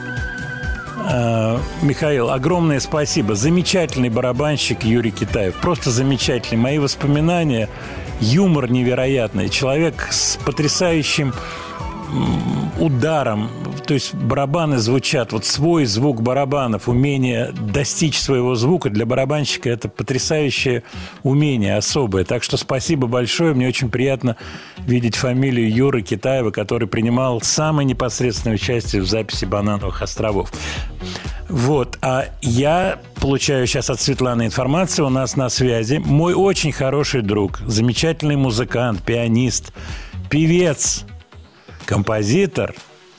Э, Михаил, огромное спасибо. Замечательный барабанщик Юрий Китаев. Просто замечательный. Мои воспоминания... Юмор невероятный. Человек с потрясающим ударом. То есть барабаны звучат. Вот свой звук барабанов, умение достичь своего звука для барабанщика – это потрясающее умение особое. Так что спасибо большое. Мне очень приятно видеть фамилию Юры Китаева, который принимал самое непосредственное участие в записи «Банановых островов». Вот, а я получаю сейчас от Светланы информацию, у нас на связи мой очень хороший друг, замечательный музыкант, пианист, певец, композитор,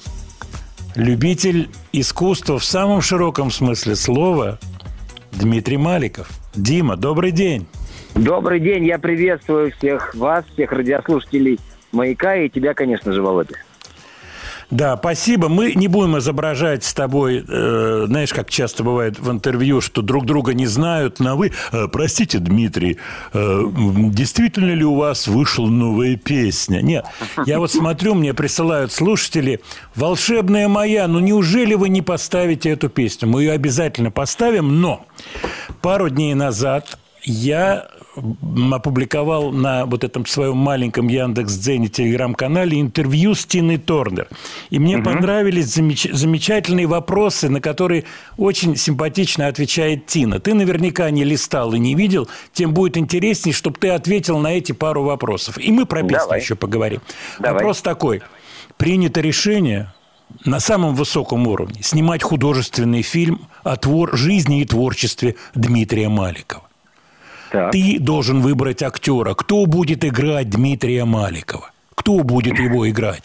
любитель искусства в самом широком смысле слова Дмитрий Маликов. Дима, добрый день. Добрый день, я приветствую всех вас, всех радиослушателей «Маяка» и тебя, конечно же, Володя. Да, спасибо. Мы не будем изображать с тобой, э, знаешь, как часто бывает в интервью, что друг друга не знают на «вы». Э, простите, Дмитрий, э, действительно ли у вас вышла новая песня? Нет, я вот смотрю, мне присылают слушатели «Волшебная моя». Ну, неужели вы не поставите эту песню? Мы ее обязательно поставим, но пару дней назад я... опубликовал на вот этом своем маленьком Яндекс.Дзене телеграм-канале интервью с Тиной Торнер. И мне угу. понравились замеч- замечательные вопросы, на которые очень симпатично отвечает Тина. Ты наверняка не листал и не видел, тем будет интереснее, чтобы ты ответил на эти пару вопросов. И мы про песню еще поговорим. Давай. Вопрос такой. Принято решение на самом высоком уровне снимать художественный фильм о твор- жизни и творчестве Дмитрия Маликова. Так. Ты должен выбрать актера. Кто будет играть Дмитрия Маликова? Кто будет его играть?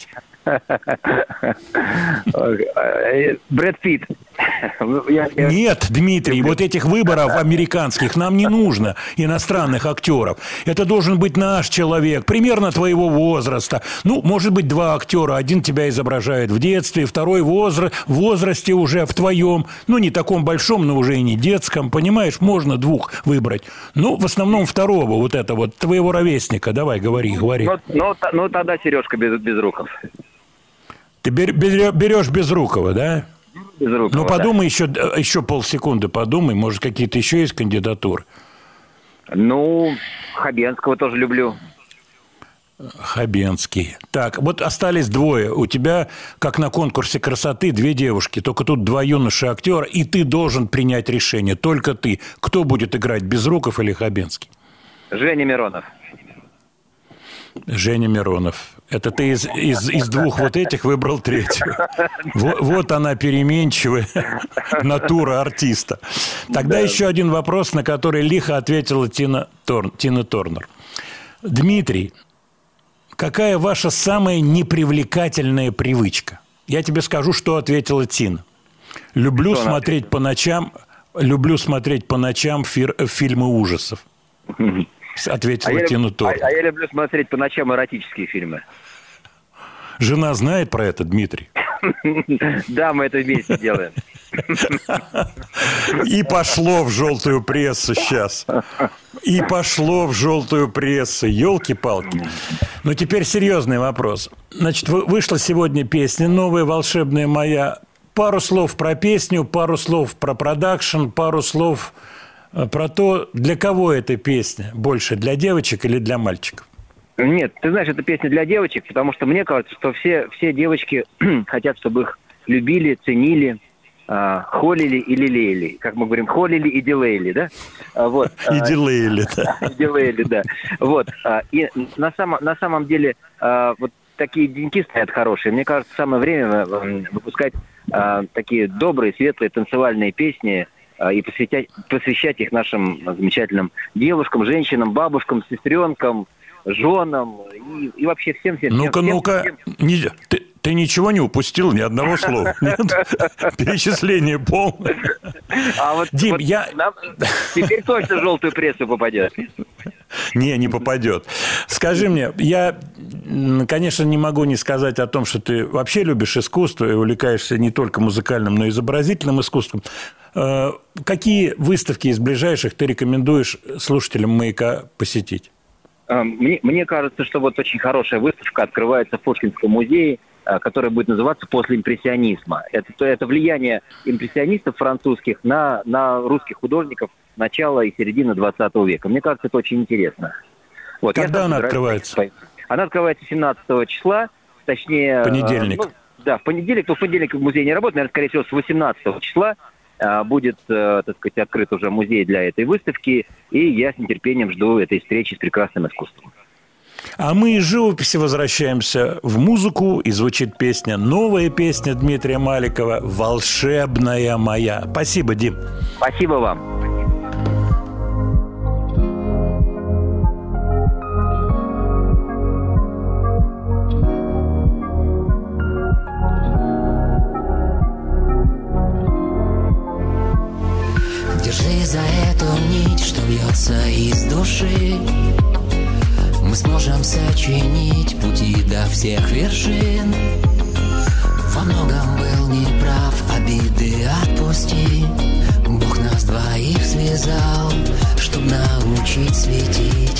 Брэд Питт. Нет, Дмитрий, вот этих выборов американских нам не нужно, иностранных актеров. Это должен быть наш человек, примерно твоего возраста. Ну, может быть, два актера. Один тебя изображает в детстве, второй в возра- возрасте уже в твоем, ну, не таком большом, но уже и не детском. Понимаешь, можно двух выбрать. Ну, в основном второго, вот это вот, твоего ровесника. Давай, говори, говори. Ну, ну, ну тогда Сережка без, Безруков. Ты берешь Безрукова, да? Безрукова, ну, подумай да. еще, еще полсекунды, подумай. Может, какие-то еще есть кандидатуры? Ну, Хабенского тоже люблю. Хабенский. Так, вот остались двое. У тебя, как на конкурсе красоты, две девушки. Только тут два юноши-актера, и ты должен принять решение. Только ты. Кто будет играть, Безруков или Хабенский? Женя Миронов. Женя Миронов. Это ты из, из, из двух вот этих выбрал третью. Вот, вот она переменчивая натура артиста. Тогда да. еще один вопрос, на который лихо ответила Тина, Тор, Тина Торнер. Дмитрий, какая ваша самая непривлекательная привычка? Я тебе скажу, что ответила Тина. Люблю что смотреть по ночам, люблю смотреть по ночам фир, фильмы ужасов. Ответила а Тина Торнер. А, а я люблю смотреть по ночам эротические фильмы. Жена знает про это, Дмитрий? Да, мы это вместе делаем. И пошло в желтую прессу сейчас. И пошло в желтую прессу. Ёлки-палки. Но теперь серьезный вопрос. Значит, вышла сегодня песня новая, «Волшебная моя». Пару слов про песню, пару слов про продакшн, пару слов... про то, для кого эта песня? Больше для девочек или для мальчиков? Нет, ты знаешь, это песня для девочек, потому что мне кажется, что все, все девочки хотят, чтобы их любили, ценили, э, холили и лелеяли. Как мы говорим, холили и дилейли, да? Вот. И дилейли, да. И дилейли, да. Вот. И на самом, на самом деле вот такие деньки стоят хорошие. Мне кажется, самое время выпускать такие добрые, светлые, танцевальные песни, и посвящать, посвящать их нашим замечательным девушкам, женщинам, бабушкам, сестренкам, женам и, и вообще всем-всем. Ну-ка, всем, ну-ка, всем. Не, ты, ты ничего не упустил, ни одного слова. Нет? Перечисление полное. А вот, Дим, вот я... нам теперь точно в желтую прессу попадет. Не, не попадет. Скажи мне, я, конечно, не могу не сказать о том, что ты вообще любишь искусство и увлекаешься не только музыкальным, но и изобразительным искусством. Какие выставки из ближайших ты рекомендуешь слушателям «Маяка» посетить? Мне, мне кажется, что вот очень хорошая выставка открывается в Пушкинском музее, которая будет называться «После импрессионизма». Это, это влияние импрессионистов французских на, на русских художников начала и середины двадцатого века. Мне кажется, это очень интересно. Вот, Когда она открывается? Она открывается семнадцатого числа, точнее... Понедельник. Ну, да, в понедельник, но в понедельник музей не работает, наверное, скорее всего, с восемнадцатого числа будет, так сказать, открыт уже музей для этой выставки, и я с нетерпением жду этой встречи с прекрасным искусством. А мы из живописи возвращаемся в музыку, и звучит песня, новая песня Дмитрия Маликова «Волшебная моя». Спасибо, Дим. Спасибо вам. Держи за эту нить, что бьется из души. Мы сможем сочинить пути до всех вершин. Во многом был неправ, обиды отпусти. Бог нас двоих связал, чтоб научить светить.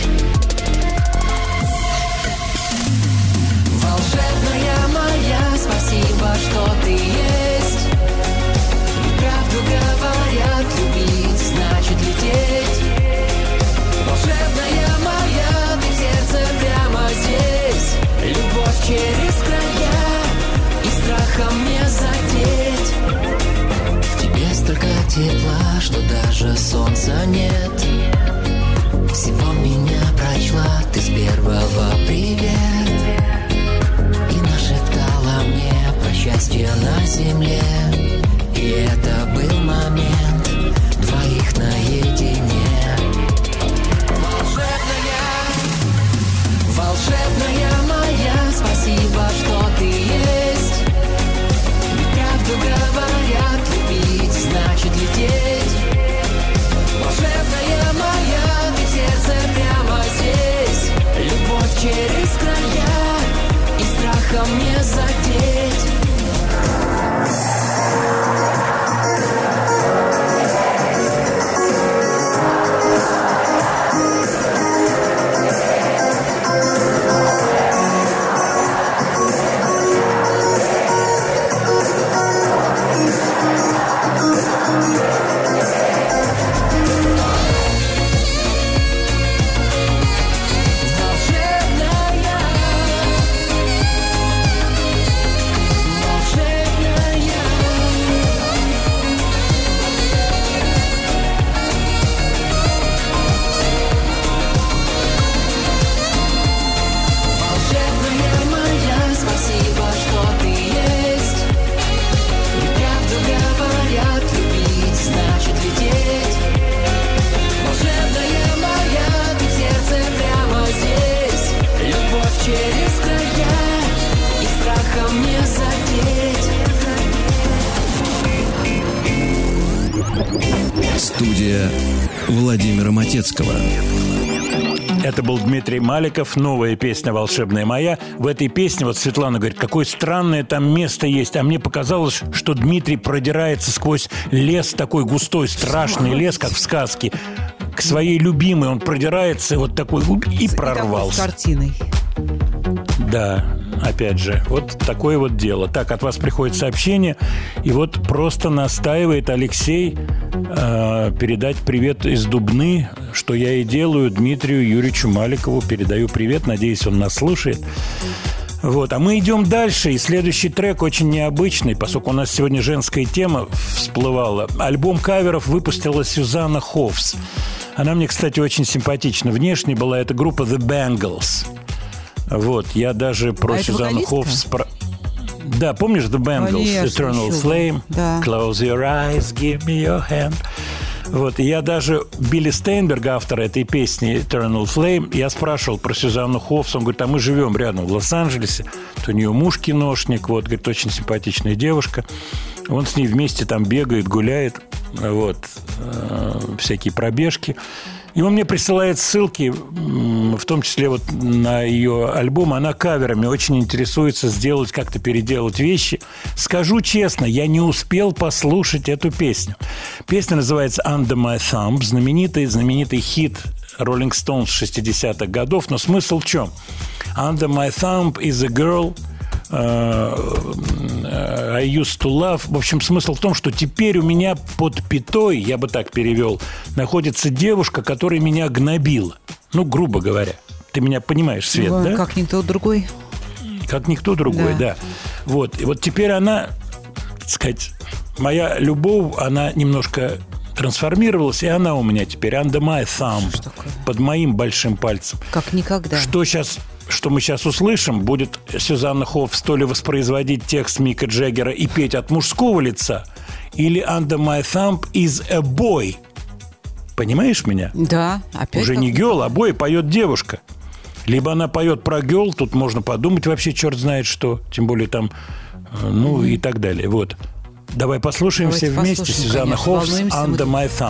Волшебная моя, спасибо, что ты есть. Правду говорят, любить значит лететь. Волшебная моя, ты в сердце прямо здесь. Любовь через края и страхом не задеть. В тебе столько тепла, что даже солнца нет. Всего меня прочла ты с первого привет. И нашептала мне про счастье на земле. И это был момент двоих наедине. Волшебная, волшебная моя, спасибо, что ты есть. Правду говорят, любить значит лететь. Волшебная моя, ты в сердце прямо здесь. Любовь через края и страхом не задеть. Студия Владимира Матецкого. Это был Дмитрий Маликов, новая песня «Волшебная моя». В этой песне, вот Светлана говорит, какое странное там место есть. А мне показалось, что Дмитрий продирается сквозь лес, такой густой, страшный лес, как в сказке. К своей любимой он продирается, вот такой, и прорвался. С картиной. Да, опять же, вот такое вот дело. Так, от вас приходит сообщение, и вот просто настаивает Алексей э, передать привет из Дубны, что я и делаю Дмитрию Юрьевичу Маликову. Передаю привет, надеюсь, он нас слушает. Вот, а мы идем дальше, и следующий трек очень необычный, поскольку у нас сегодня женская тема всплывала. Альбом каверов выпустила Сюзанна Хоффс. Она мне, кстати, очень симпатична внешне была. Это группа The Bangles. Вот, я даже про а Сюзанну Хоффс... Про... Да, помнишь The Bangles? Конечно, Eternal Flame, да. Close your eyes, give me your hand. Вот, и я даже Билли Стейнберга, автора этой песни Eternal Flame, я спрашивал про Сюзанну Хоффс. Он говорит, а мы живем рядом в Лос-Анджелесе. У нее муж киношник, вот, говорит, очень симпатичная девушка. Он с ней вместе там бегает, гуляет, вот, э, всякие пробежки. И он мне присылает ссылки, в том числе вот на ее альбом. Она каверами очень интересуется сделать, как-то переделать вещи. Скажу честно, я не успел послушать эту песню. Песня называется «Under My Thumb», знаменитый, знаменитый хит Rolling Stones шестидесятых годов. Но смысл в чем? «Under my thumb is a girl uh, I used to love». В общем, смысл в том, что теперь у меня под пятой, я бы так перевел, находится девушка, которая меня гнобила. Ну, грубо говоря. Ты меня понимаешь, Свет, ну, да? Как никто другой. Как никто другой, да. да. Вот. И вот теперь она, так сказать, моя любовь, она немножко трансформировалась, и она у меня теперь under my thumb, под моим большим пальцем. Как никогда. Что сейчас, что мы сейчас услышим, будет Сюзанна Хофф то ли воспроизводить текст Мика Джаггера и петь от мужского лица, или under my thumb is a boy. Понимаешь меня? Да, опять. Уже не гёл, а бой поет девушка. Либо она поет про гёл, тут можно подумать вообще черт знает что, тем более там, ну mm-hmm. и так далее. Вот. Давай послушаем Давайте все вместе Сюзанна Хофф «Under my thumb».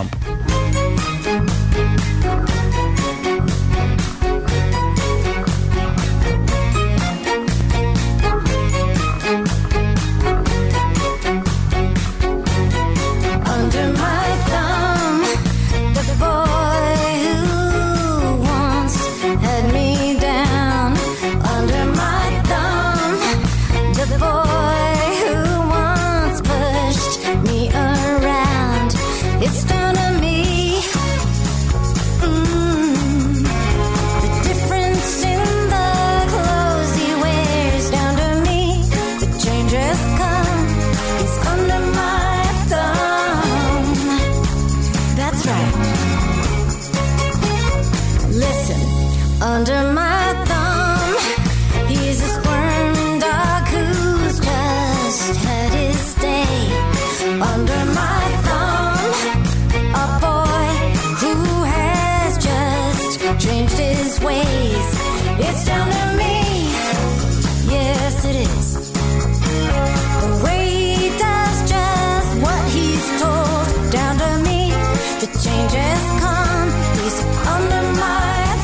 Under my thumb, he's a squirming dog who's just had his day. Under my thumb, a boy who has just changed his ways. It's down to me, yes it is. The way he does just what he's told. Down to me, the change has come. He's under my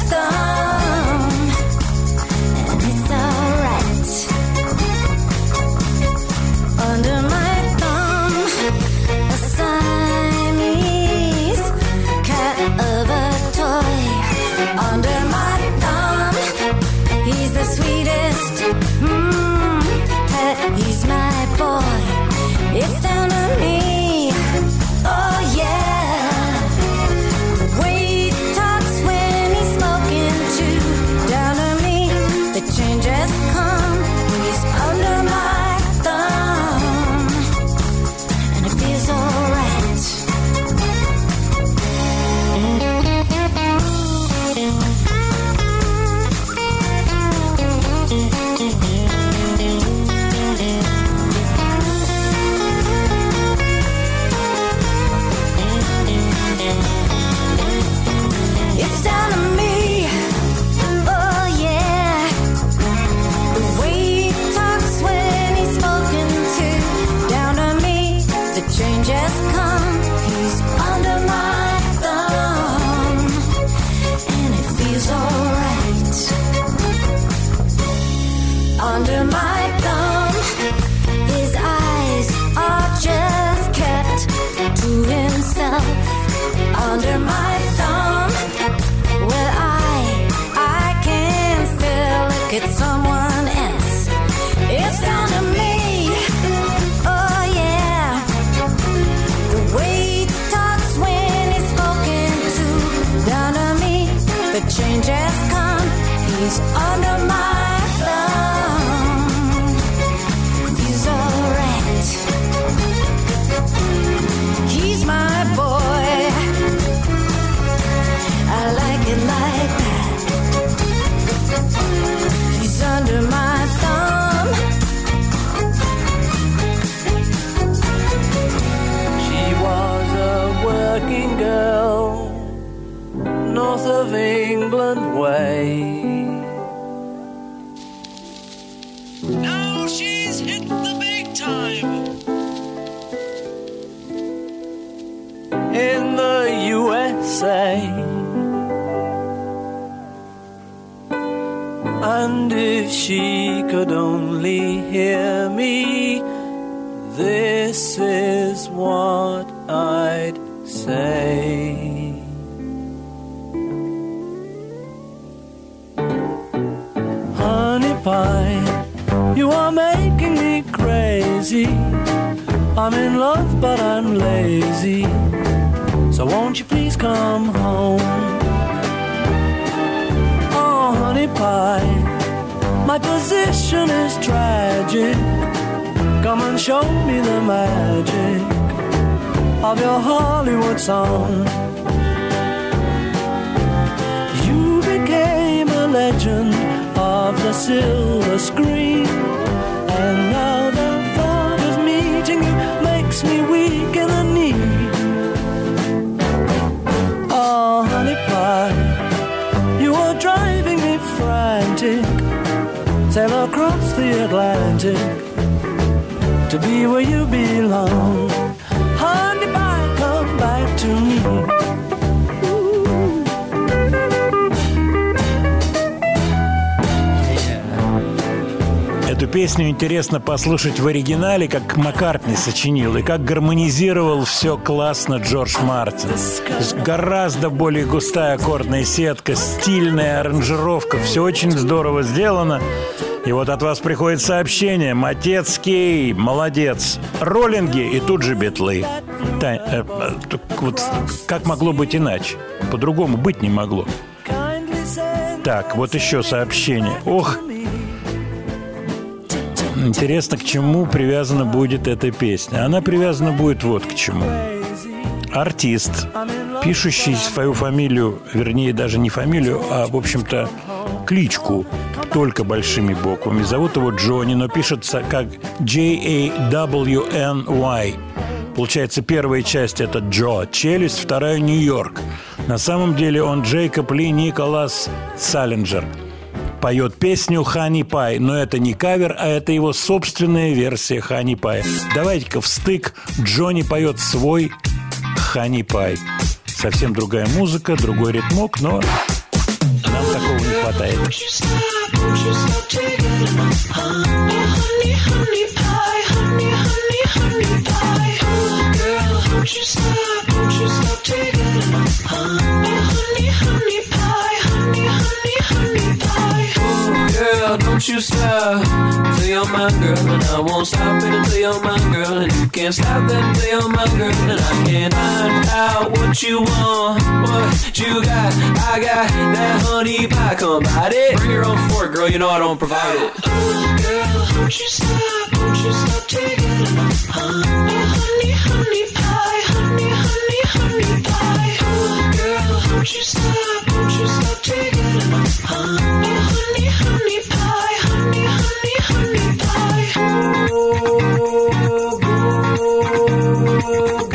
It's down to me, oh yeah. The way he talks when he's smoking too. Down to me, the change has come. He's under my thumb, and it feels alright. It's down to me, oh yeah. The way he talks when he's spoken to. Down to me, the change has come. He's under my thumb, and it feels alright. Under my thumb, his eyes are just kept to himself. Under my thumb, well, I, I can still look at someone else. It's down to me, oh yeah. The way he talks when he's spoken to. Down to me, the change has come. He's under my thumb. He's alright. He's my boy. I like it like that. He's under my thumb. She was a working girl, north of England way. Now she's hit the big time. In the U S A. if she could only hear me, this is what I'd say. Honey pie, you are making me crazy. I'm in love but I'm lazy, so won't you please come home? Oh honey pie, my position is tragic. Come and show me the magic of your Hollywood song. You became a legend of the silver screen, and now the thought of meeting you makes me weak in the knee. Oh honey pie, you are driving me frantic. Sail across the Atlantic to be where you belong. Honey pie, come back to me. Эту песню интересно послушать в оригинале, как Маккартни сочинил, и как гармонизировал все классно Джордж Мартин. То есть гораздо более густая аккордная сетка, стильная аранжировка, все очень здорово сделано. И вот от вас приходит сообщение: Матецкий, молодец, роллинги и тут же битлы. Та, э, э, вот как могло быть иначе? По-другому быть не могло. Так, вот еще сообщение. Ох, интересно, к чему привязана будет эта песня. Она привязана будет вот к чему. Артист, пишущий свою фамилию, вернее, даже не фамилию, а, в общем-то, кличку только большими буквами. Зовут его Джонни, но пишется как J A W N Y. Получается, первая часть – это Джо, челюсть, вторая – Нью-Йорк. На самом деле он Джейкоб Ли Николас Саллинджер. Поет песню «Honey Pie», но это не кавер, а это его собственная версия «Honey Pie». Давайте-ка в стык. Джонни поет свой «Honey Pie». Совсем другая музыка, другой ритмок, но нам такого не хватает. Girl, don't you stop till you're my girl, and I won't stop it until you're my girl, and you can't stop that until you're my girl, and I can't find out what you want, what you got. I got that honey pie, come bite it. Bring your own fork, girl, you know I don't provide it. Oh, girl, don't you stop, don't you stop taking my honey, honey pie, honey, honey, honey pie. Oh, girl, don't you stop, don't you stop taking my honey, honey, honey pie, honey, honey, honey pie. Oh, go, go,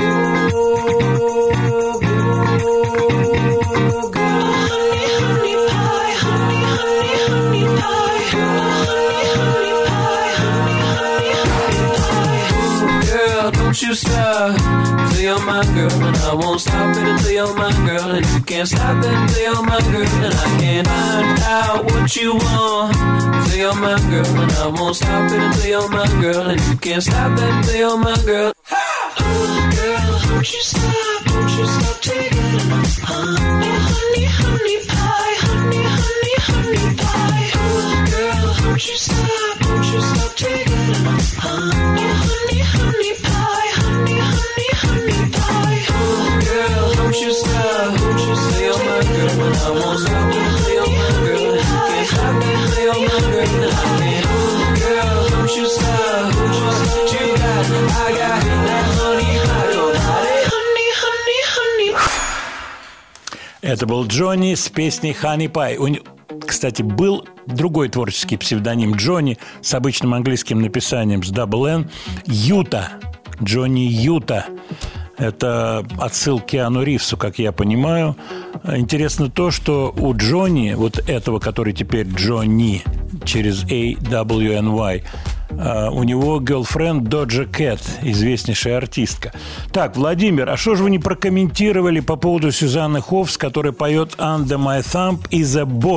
go, go, go. Honey, honey pie, honey, honey, honey pie. Honey, honey pie, honey, honey, honey pie. Girl, don't you stop till you're my girl, and I won't stop it until you're my girl, and you can't stop it until you're my girl, and I can't find out what you want till you're my girl, and I won't stop it until you're my girl, and you can't stop that until you're my girl. Oh, girl, don't you stop, don't you stop taking my honey, honey, honey pie, honey, honey, honey pie. Oh, girl, don't you stop, don't you stop taking my honey, honey, honey pie, honey, honey, honey pie. Oh, girl, don't you stop, don't you stay on my girl, and I won't stop until you're my girl, and you can't stop me until you're my girl, and I can't. Oh, girl, don't you stop, don't you stop, what you got, I got that honey pie, go bite it. Honey, honey, honey. Это был Джонни с песней «Honey Pie». У него, кстати, был другой творческий псевдоним Джонни с обычным английским написанием, с дабл Н. Юта. Джонни Юта. Это отсыл к Киану Ривзу, как я понимаю. Интересно то, что у Джонни, вот этого, который теперь Джонни, через A W N Y, у него girlfriend Доджа Кэт, известнейшая артистка. Так, Владимир, а что же вы не прокомментировали по поводу Сюзанны Хоффс, которая поет «Under my thumb is a boy»?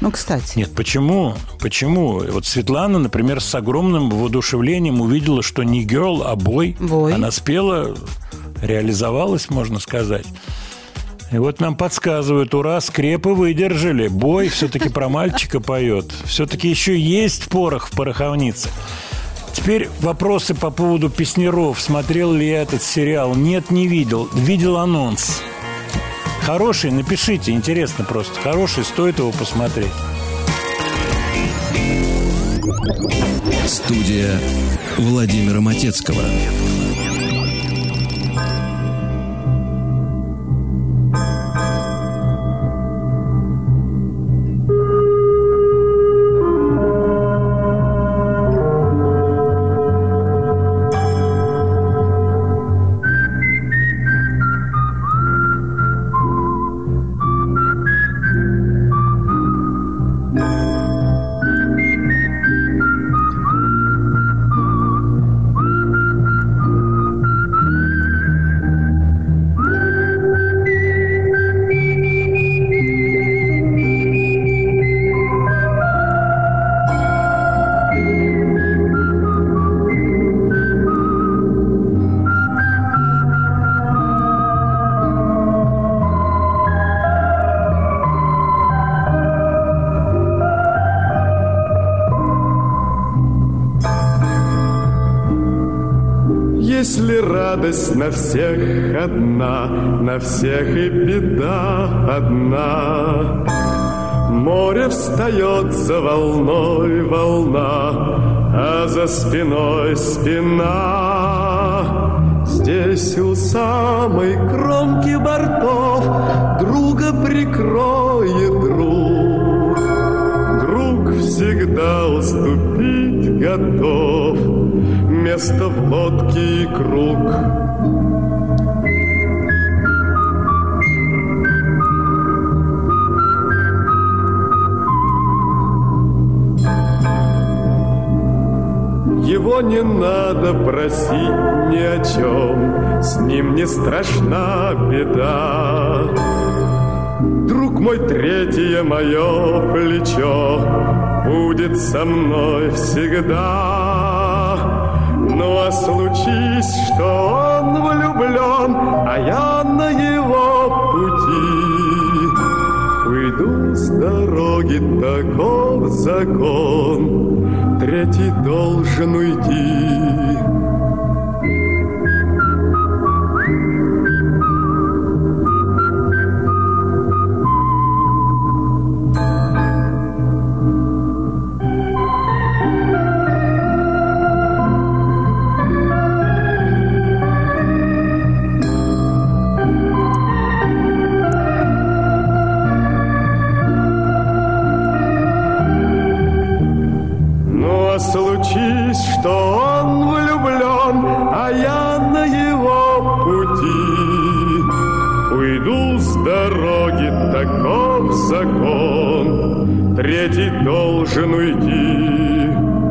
Ну, кстати. Нет, почему? Почему? Вот Светлана, например, с огромным воодушевлением увидела, что не girl, а boy. Boy. Она спела, реализовалась, можно сказать. И вот нам подсказывают, ура, скрепы выдержали. Бой все-таки про мальчика поет. Все-таки еще есть порох в пороховнице. Теперь вопросы по поводу песняров. Смотрел ли я этот сериал? Нет, не видел. Видел анонс. Хороший? Напишите. Интересно просто. Хороший, стоит его посмотреть. Студия Владимира Матецкого. Если радость на всех одна, на всех и беда одна. Море встает за волной волна, а за спиной спина. Здесь у самой кромки бортов друга прикроет друг. Друг всегда уступить готов, место в лодке и круг. Его не надо просить ни о чем, с ним не страшна беда. Друг мой, третье мое плечо будет со мной всегда. Ну а случись, что он влюблен, а я на его пути, уйду с дороги, таков закон, третий должен уйти. Случись, что он влюблен, а я на его пути, уйду с дороги, таков закон, третий должен уйти.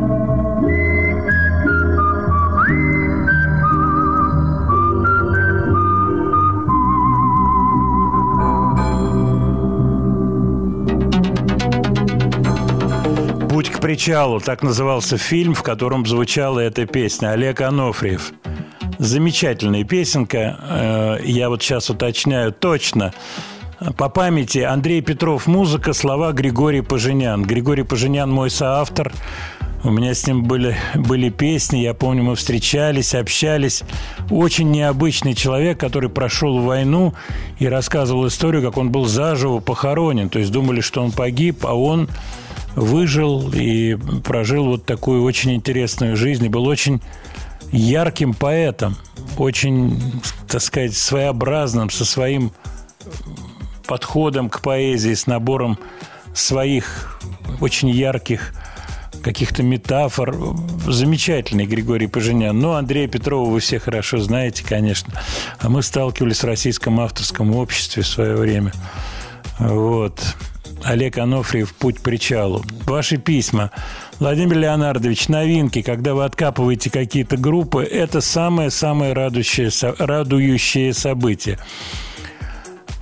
«Путь к причалу» — так назывался фильм, в котором звучала эта песня. Олег Анофриев. Замечательная песенка. Я вот сейчас уточняю точно. По памяти Андрей Петров — музыка, слова Григорий Поженян. Григорий Поженян — мой соавтор. У меня с ним были, были песни. Я помню, мы встречались, общались. Очень необычный человек, который прошел войну и рассказывал историю, как он был заживо похоронен. То есть думали, что он погиб, а он выжил и прожил вот такую очень интересную жизнь. И был очень ярким поэтом, очень, так сказать, своеобразным, со своим подходом к поэзии, с набором своих очень ярких каких-то метафор. Замечательный Григорий Поженян. Но Андрея Петрова вы все хорошо знаете, конечно. А мы сталкивались в Российском авторском обществе в свое время. Вот. Олег Анофриев «Путь к причалу». Ваши письма. Владимир Леонардович, новинки, когда вы откапываете какие-то группы, это самое-самое радующее, радующее событие.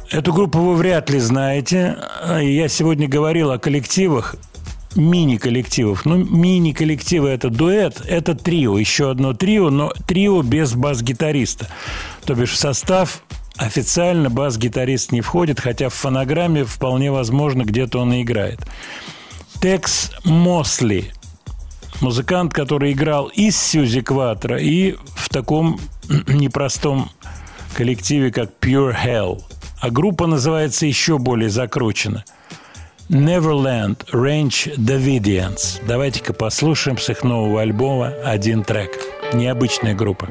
Эту группу вы вряд ли знаете. Я сегодня говорил о коллективах, мини-коллективов. Ну, мини-коллективы – это дуэт, это трио. Еще одно трио, но трио без бас-гитариста. То бишь в состав официально бас-гитарист не входит, хотя в фонограмме вполне возможно где-то он и играет. Текс Мосли. Музыкант, который играл и с Сьюзи Кватро, и в таком непростом коллективе, как Pure Hell. А группа называется еще более закрученно. Neverland Range Davidians. Давайте-ка послушаем с их нового альбома один трек. Необычная группа.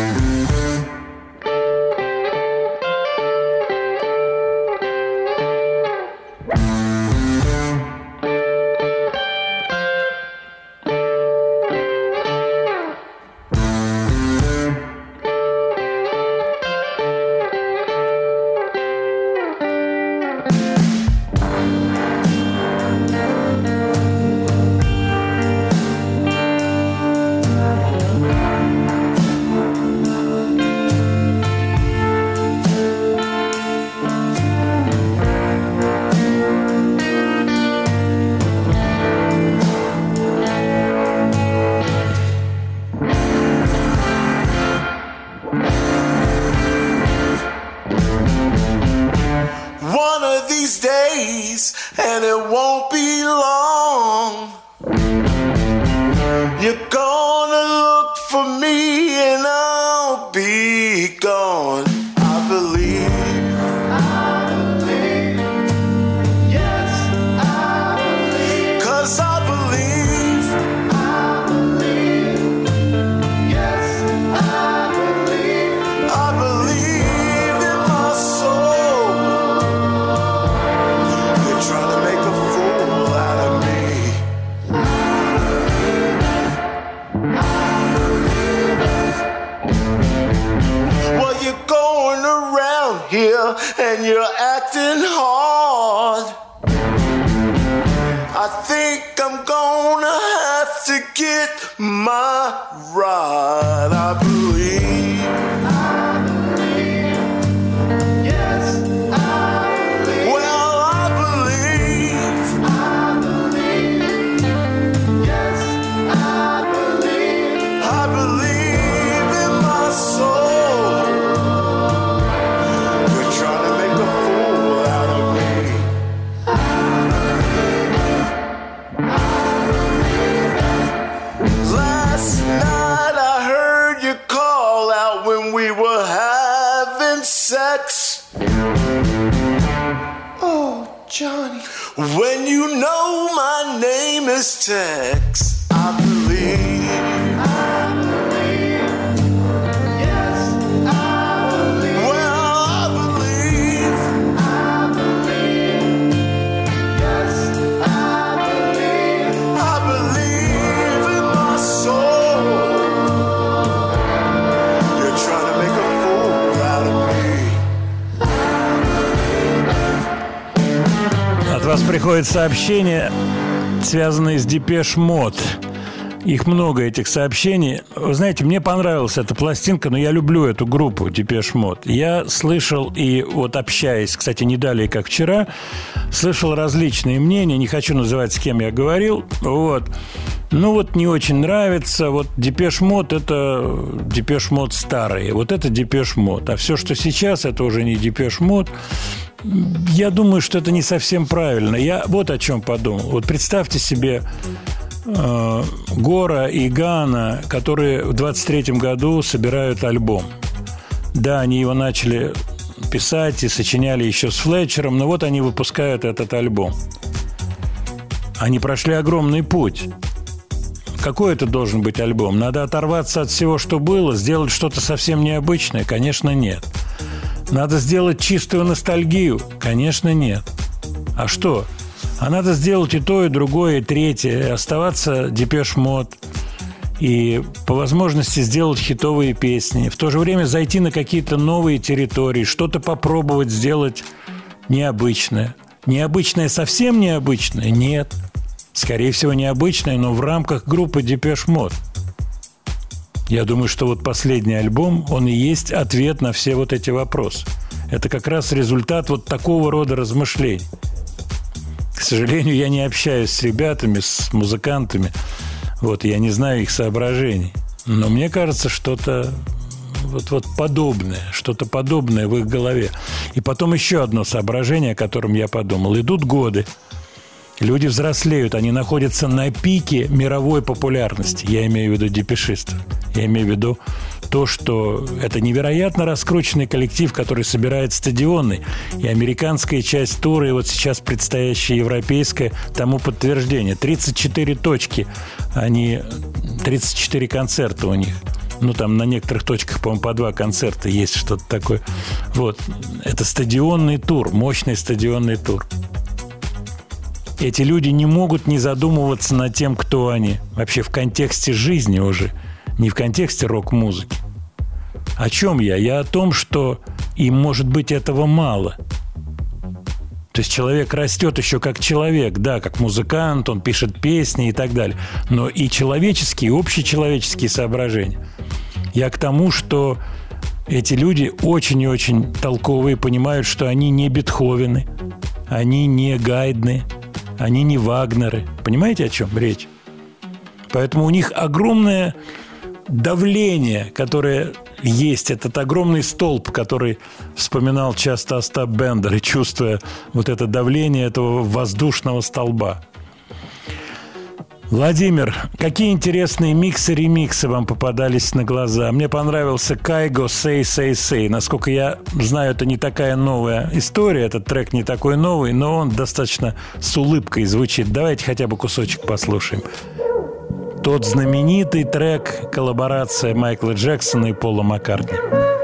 One of these days, and it won't be long, you're gonna look for me and I'll be gone. I believe, I believe, yes, I believe, 'cause I believe, I believe, yes, I believe, I believe in my soul. You're trying to make a fool out of me. Well, you're going around here and you're acting hard. I think I'm gonna have to get my ride. I believe, I believe, yes, I believe. Well, I believe, I believe, yes, I believe. I believe in my soul. You're trying to make a fool out of me. Last night I heard you call out when we were having sex. Oh, Johnny. When you know my name is Tex, I believe. I believe. Yes, I believe. Well, I believe. I believe. Yes, I believe. I believe in my soul. You're trying to make a fool out of me. От вас приходит сообщение, связанное с Депеш Мод. Их много, этих сообщений. Вы знаете, мне понравилась эта пластинка, но я люблю эту группу Депеш Мод. Я слышал и вот общаясь, кстати, не далее, как вчера, слышал различные мнения. Не хочу называть, с кем я говорил. Вот. Ну вот не очень нравится. Вот Депеш Мод – это Депеш Мод старые. Вот это Депеш Мод. А все, что сейчас, это уже не Депеш Мод. Я думаю, что это не совсем правильно. Я вот о чем подумал. Вот представьте себе э, Гора и Гана, которые в двадцать третьем году собирают альбом. Да, они его начали писать и сочиняли еще с Флетчером, но вот они выпускают этот альбом. Они прошли огромный путь. Какой это должен быть альбом? Надо оторваться от всего, что было, сделать что-то совсем необычное? Конечно, нет. Надо сделать чистую ностальгию? Конечно, нет. А что? А надо сделать и то, и другое, и третье, и оставаться Депеш Мод, и по возможности сделать хитовые песни, в то же время зайти на какие-то новые территории, что-то попробовать сделать необычное. Необычное, совсем необычное? Нет. Скорее всего, необычное, но в рамках группы Депеш Мод. Я думаю, что вот последний альбом, он и есть ответ на все вот эти вопросы. это как раз результат вот такого рода размышлений. К сожалению, я не общаюсь с ребятами, с музыкантами. Вот, я не знаю их соображений. Но мне кажется, что-то вот, вот подобное, что-то подобное в их голове. И потом еще одно соображение, о котором я подумал. Идут годы, люди взрослеют, они находятся на пике мировой популярности. Я имею в виду депешистов. Я имею в виду то, что это невероятно раскрученный коллектив, который собирает стадионы. И американская часть тура, и вот сейчас предстоящая европейская, тому подтверждение. тридцать четыре точки, они, тридцать четыре концерта у них. Ну, там на некоторых точках, по-моему, по два концерта есть, что-то такое. Вот. Это стадионный тур, мощный стадионный тур. Эти люди не могут не задумываться над тем, кто они. Вообще в контексте жизни уже. Не в контексте рок-музыки. О чем я? Я о том, что им, может быть, этого мало. То есть человек растет еще как человек, да, как музыкант, он пишет песни и так далее. Но и человеческие, общечеловеческие соображения. Я к тому, что эти люди очень и очень толковые, понимают, что они не Бетховены, они не Гайдны, они не Вагнеры. Понимаете, о чем речь? Поэтому у них огромное давление, которое есть, этот огромный столб, который вспоминал часто Остап Бендер, и чувствуя вот это давление этого воздушного столба. Владимир, какие интересные миксы-ремиксы вам попадались на глаза? Мне понравился Кайго «Say, Say, Say». Насколько я знаю, это не такая новая история, этот трек не такой новый, но он достаточно с улыбкой звучит. Давайте хотя бы кусочек послушаем. Тот знаменитый трек, коллаборация Майкла Джексона и Пола Маккартни.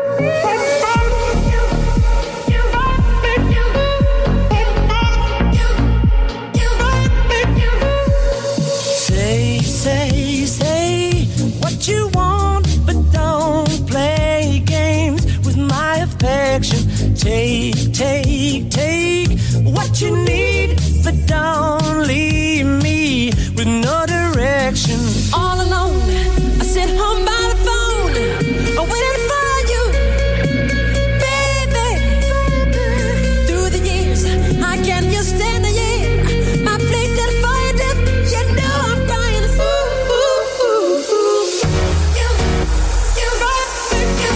Say, say, say what you want, but don't play games with my affection. Take, take, take what you need, but don't leave me with no direction. All alone, I sit home by the phone, waiting for you, baby. Through the years, I can't just stand the year. My plate that fire dip, you know I'm crying. Ooh, ooh, ooh, ooh. You, you, you,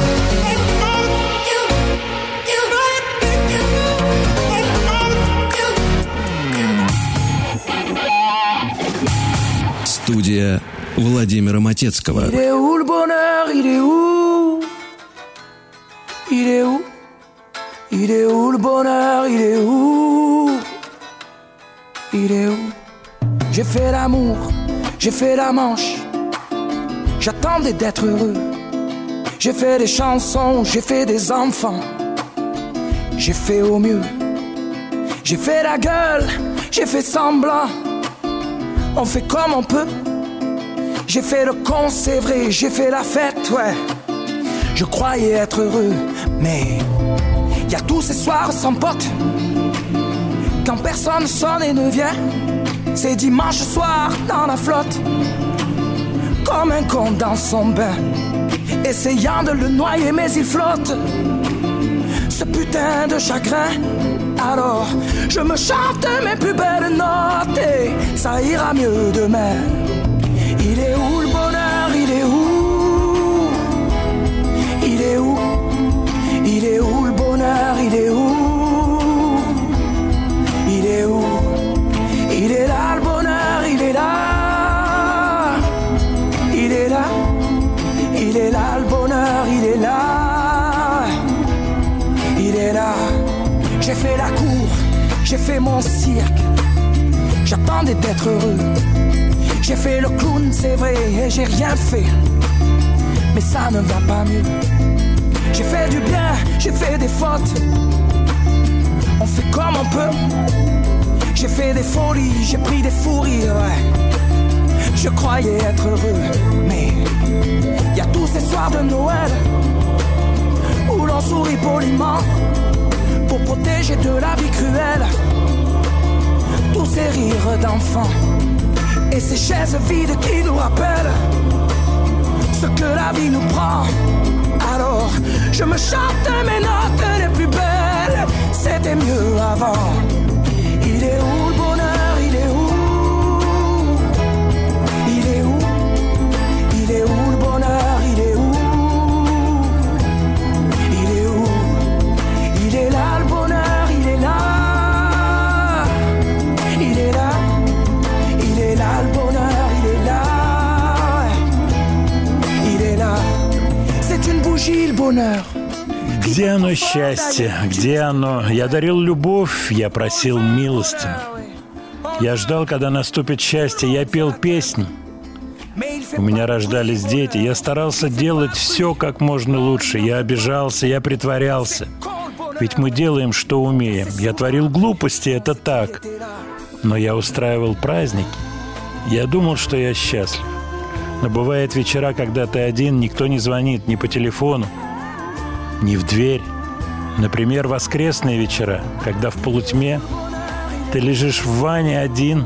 Студия Владимира Матецкого. Il est où le bonheur? Il est où? Il est où? Il est où le bonheur? Il est où? Il est où? J'ai fait l'amour, j'ai fait la manche. J'attendais d'être heureux. J'ai fait des chansons, j'ai fait des enfants. J'ai fait au mieux. J'ai fait la gueule, j'ai fait semblant. On fait comme on peut. J'ai fait le con, c'est vrai, j'ai fait la fête, ouais. Je croyais être heureux, mais y a tous ces soirs sans potes. Quand personne sonne et ne vient, c'est dimanche soir dans la flotte. Comme un con dans son bain, essayant de le noyer mais il flotte. Ce putain de chagrin. Alors je me chante mes plus belles notes et ça ira mieux demain. Il est où le bonheur? Il est où? Il est où? Il est où le bonheur? Il est où? Il est où? Il est là le bonheur, il est là. Il est là. Il est là le bonheur, il est là. Il est là. J'ai fait la cour, j'ai fait mon cirque. J'attendais d'être heureux. J'ai fait le clown, c'est vrai, et j'ai rien fait. Mais ça ne va pas mieux. J'ai fait du bien, j'ai fait des fautes. On fait comme on peut. J'ai fait des folies, j'ai pris des fous rires, ouais. Je croyais être heureux, mais y a tous ces soirs de Noël où l'on sourit poliment pour protéger de la vie cruelle tous ces rires d'enfants et ces chaises vides qui nous rappellent ce que la vie nous prend. Alors je me chante mes notes les plus belles. C'était mieux avant. Il est où le bonheur? Il est où? Il est où? Il est où le bonheur? Il est où? Il est où? Il est là le bonheur, il est là. Il est là. Il est là le bonheur, il est là. Il est là. C'est une bougie le bonheur. Где оно счастье? Где оно? Я дарил любовь, я просил милости. Я ждал, когда наступит счастье. Я пел песни. У меня рождались дети. Я старался делать все как можно лучше. Я обижался, я притворялся. Ведь мы делаем, что умеем. Я творил глупости, это так. Но я устраивал праздники. Я думал, что я счастлив. Но бывают вечера, когда ты один, никто не звонит ни по телефону, ни в дверь. Например, воскресные вечера, когда в полутьме ты лежишь в ванне один.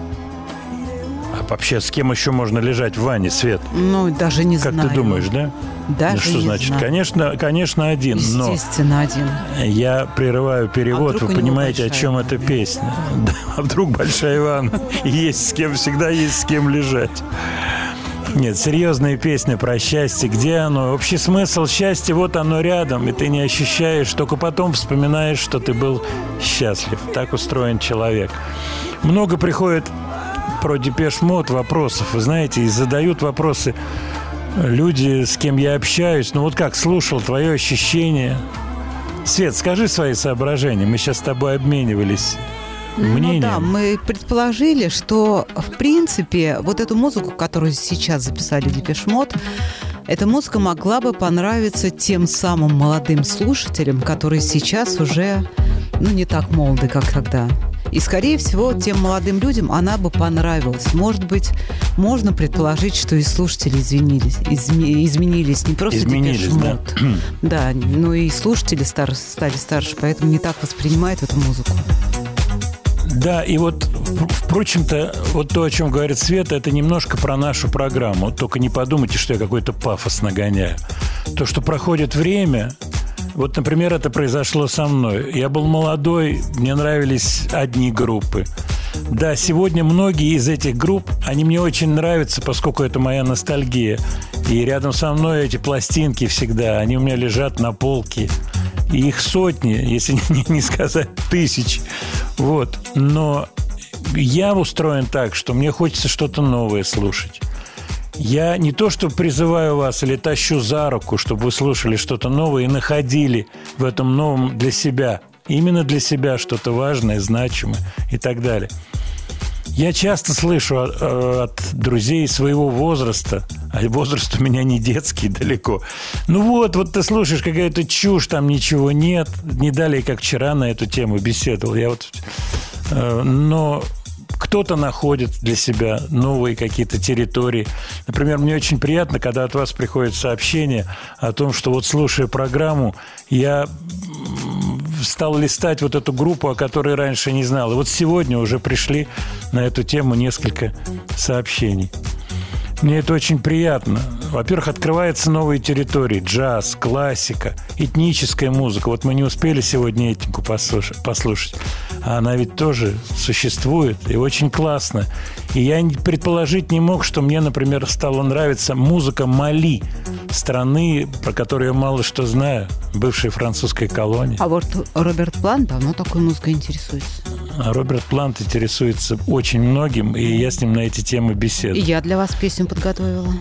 А вообще, с кем еще можно лежать в ванне, Свет? Ну, даже не как знаю. Как ты думаешь, да? Даже ну, что не значит? знаю. Конечно, конечно, один. Естественно, но один. Я прерываю перевод. А Вы понимаете, о чем эта песня? А вдруг большая ванна? Есть с кем, всегда есть с кем лежать. Нет, серьезная песня про счастье. Где оно? Общий смысл счастья, вот оно рядом, и ты не ощущаешь, только потом вспоминаешь, что ты был счастлив. Так устроен человек. Много приходит про Депеш Мод вопросов, вы знаете, и задают вопросы люди, с кем я общаюсь. Ну вот как, слушал, твое ощущение. Свет, скажи свои соображения. Мы сейчас с тобой обменивались мнением. Ну да, мы предположили, что, в принципе, вот эту музыку, которую сейчас записали Депеш Мод, эта музыка могла бы понравиться тем самым молодым слушателям, которые сейчас уже, ну, не так молоды, как тогда. И, скорее всего, тем молодым людям она бы понравилась. Может быть, можно предположить, что и слушатели извинились, изме- изменились. Не просто изменились, Депеш Мод. Да, но и слушатели стар- стали старше, поэтому не так воспринимают эту музыку. Да, и вот, впрочем-то, вот то, о чем говорит Света, это немножко про нашу программу. Только не подумайте, что я какой-то пафос нагоняю. То, что проходит время... Вот, например, это произошло со мной. Я был молодой, мне нравились одни группы. Да, сегодня многие из этих групп, они мне очень нравятся, поскольку это моя ностальгия. И рядом со мной эти пластинки всегда, они у меня лежат на полке. И их сотни, если не, не сказать тысячи. Вот. Но я устроен так, что мне хочется что-то новое слушать. Я не то, что призываю вас или тащу за руку, чтобы вы слушали что-то новое и находили в этом новом для себя, именно для себя что-то важное, значимое и так далее. Я часто слышу от, от друзей своего возраста, а возраст у меня не детский далеко. Ну вот, вот ты слушаешь какая-то чушь, там ничего нет. Не далее, как вчера на эту тему беседовал. Я вот, э, но... Кто-то находит для себя новые какие-то территории. Например, мне очень приятно, когда от вас приходит сообщение о том, что вот слушая программу, я стал листать вот эту группу, о которой раньше не знал. И вот сегодня уже пришли на эту тему несколько сообщений. Мне это очень приятно. Во-первых, открываются новые территории. Джаз, классика, этническая музыка. Вот мы не успели сегодня этнику послушать, послушать. А она ведь тоже существует. И очень классно. И я предположить не мог, что мне, например, стала нравиться музыка Мали, страны, про которую я мало что знаю, бывшей французской колонии. А вот Роберт Плант давно такой музыкой интересуется. А Роберт Плант интересуется очень многим, и я с ним на эти темы беседую. И я для вас песню подготовила.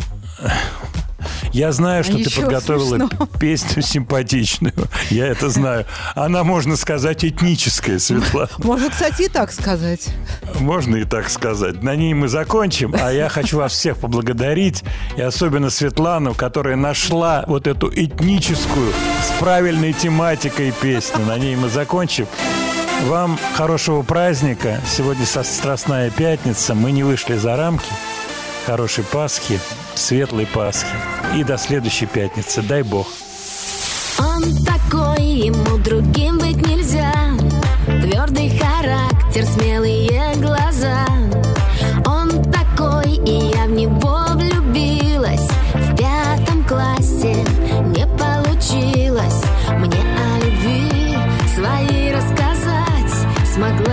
Я знаю, что а ты подготовила смешно. Песню симпатичную. Я это знаю. Она, можно сказать, этническая, Светлана. Можно, кстати, и так сказать. Можно и так сказать. На ней мы закончим. А я хочу вас всех поблагодарить. И особенно Светлану, которая нашла вот эту этническую с правильной тематикой песню. На ней мы закончим. Вам хорошего праздника. Сегодня Страстная пятница. Мы не вышли за рамки. Хорошей Пасхи, светлой Пасхи. И до следующей пятницы. Дай Бог. Он такой, ему другим быть нельзя. Твердый характер, смелые глаза. Он такой, и я в него влюбилась в пятом классе. смогла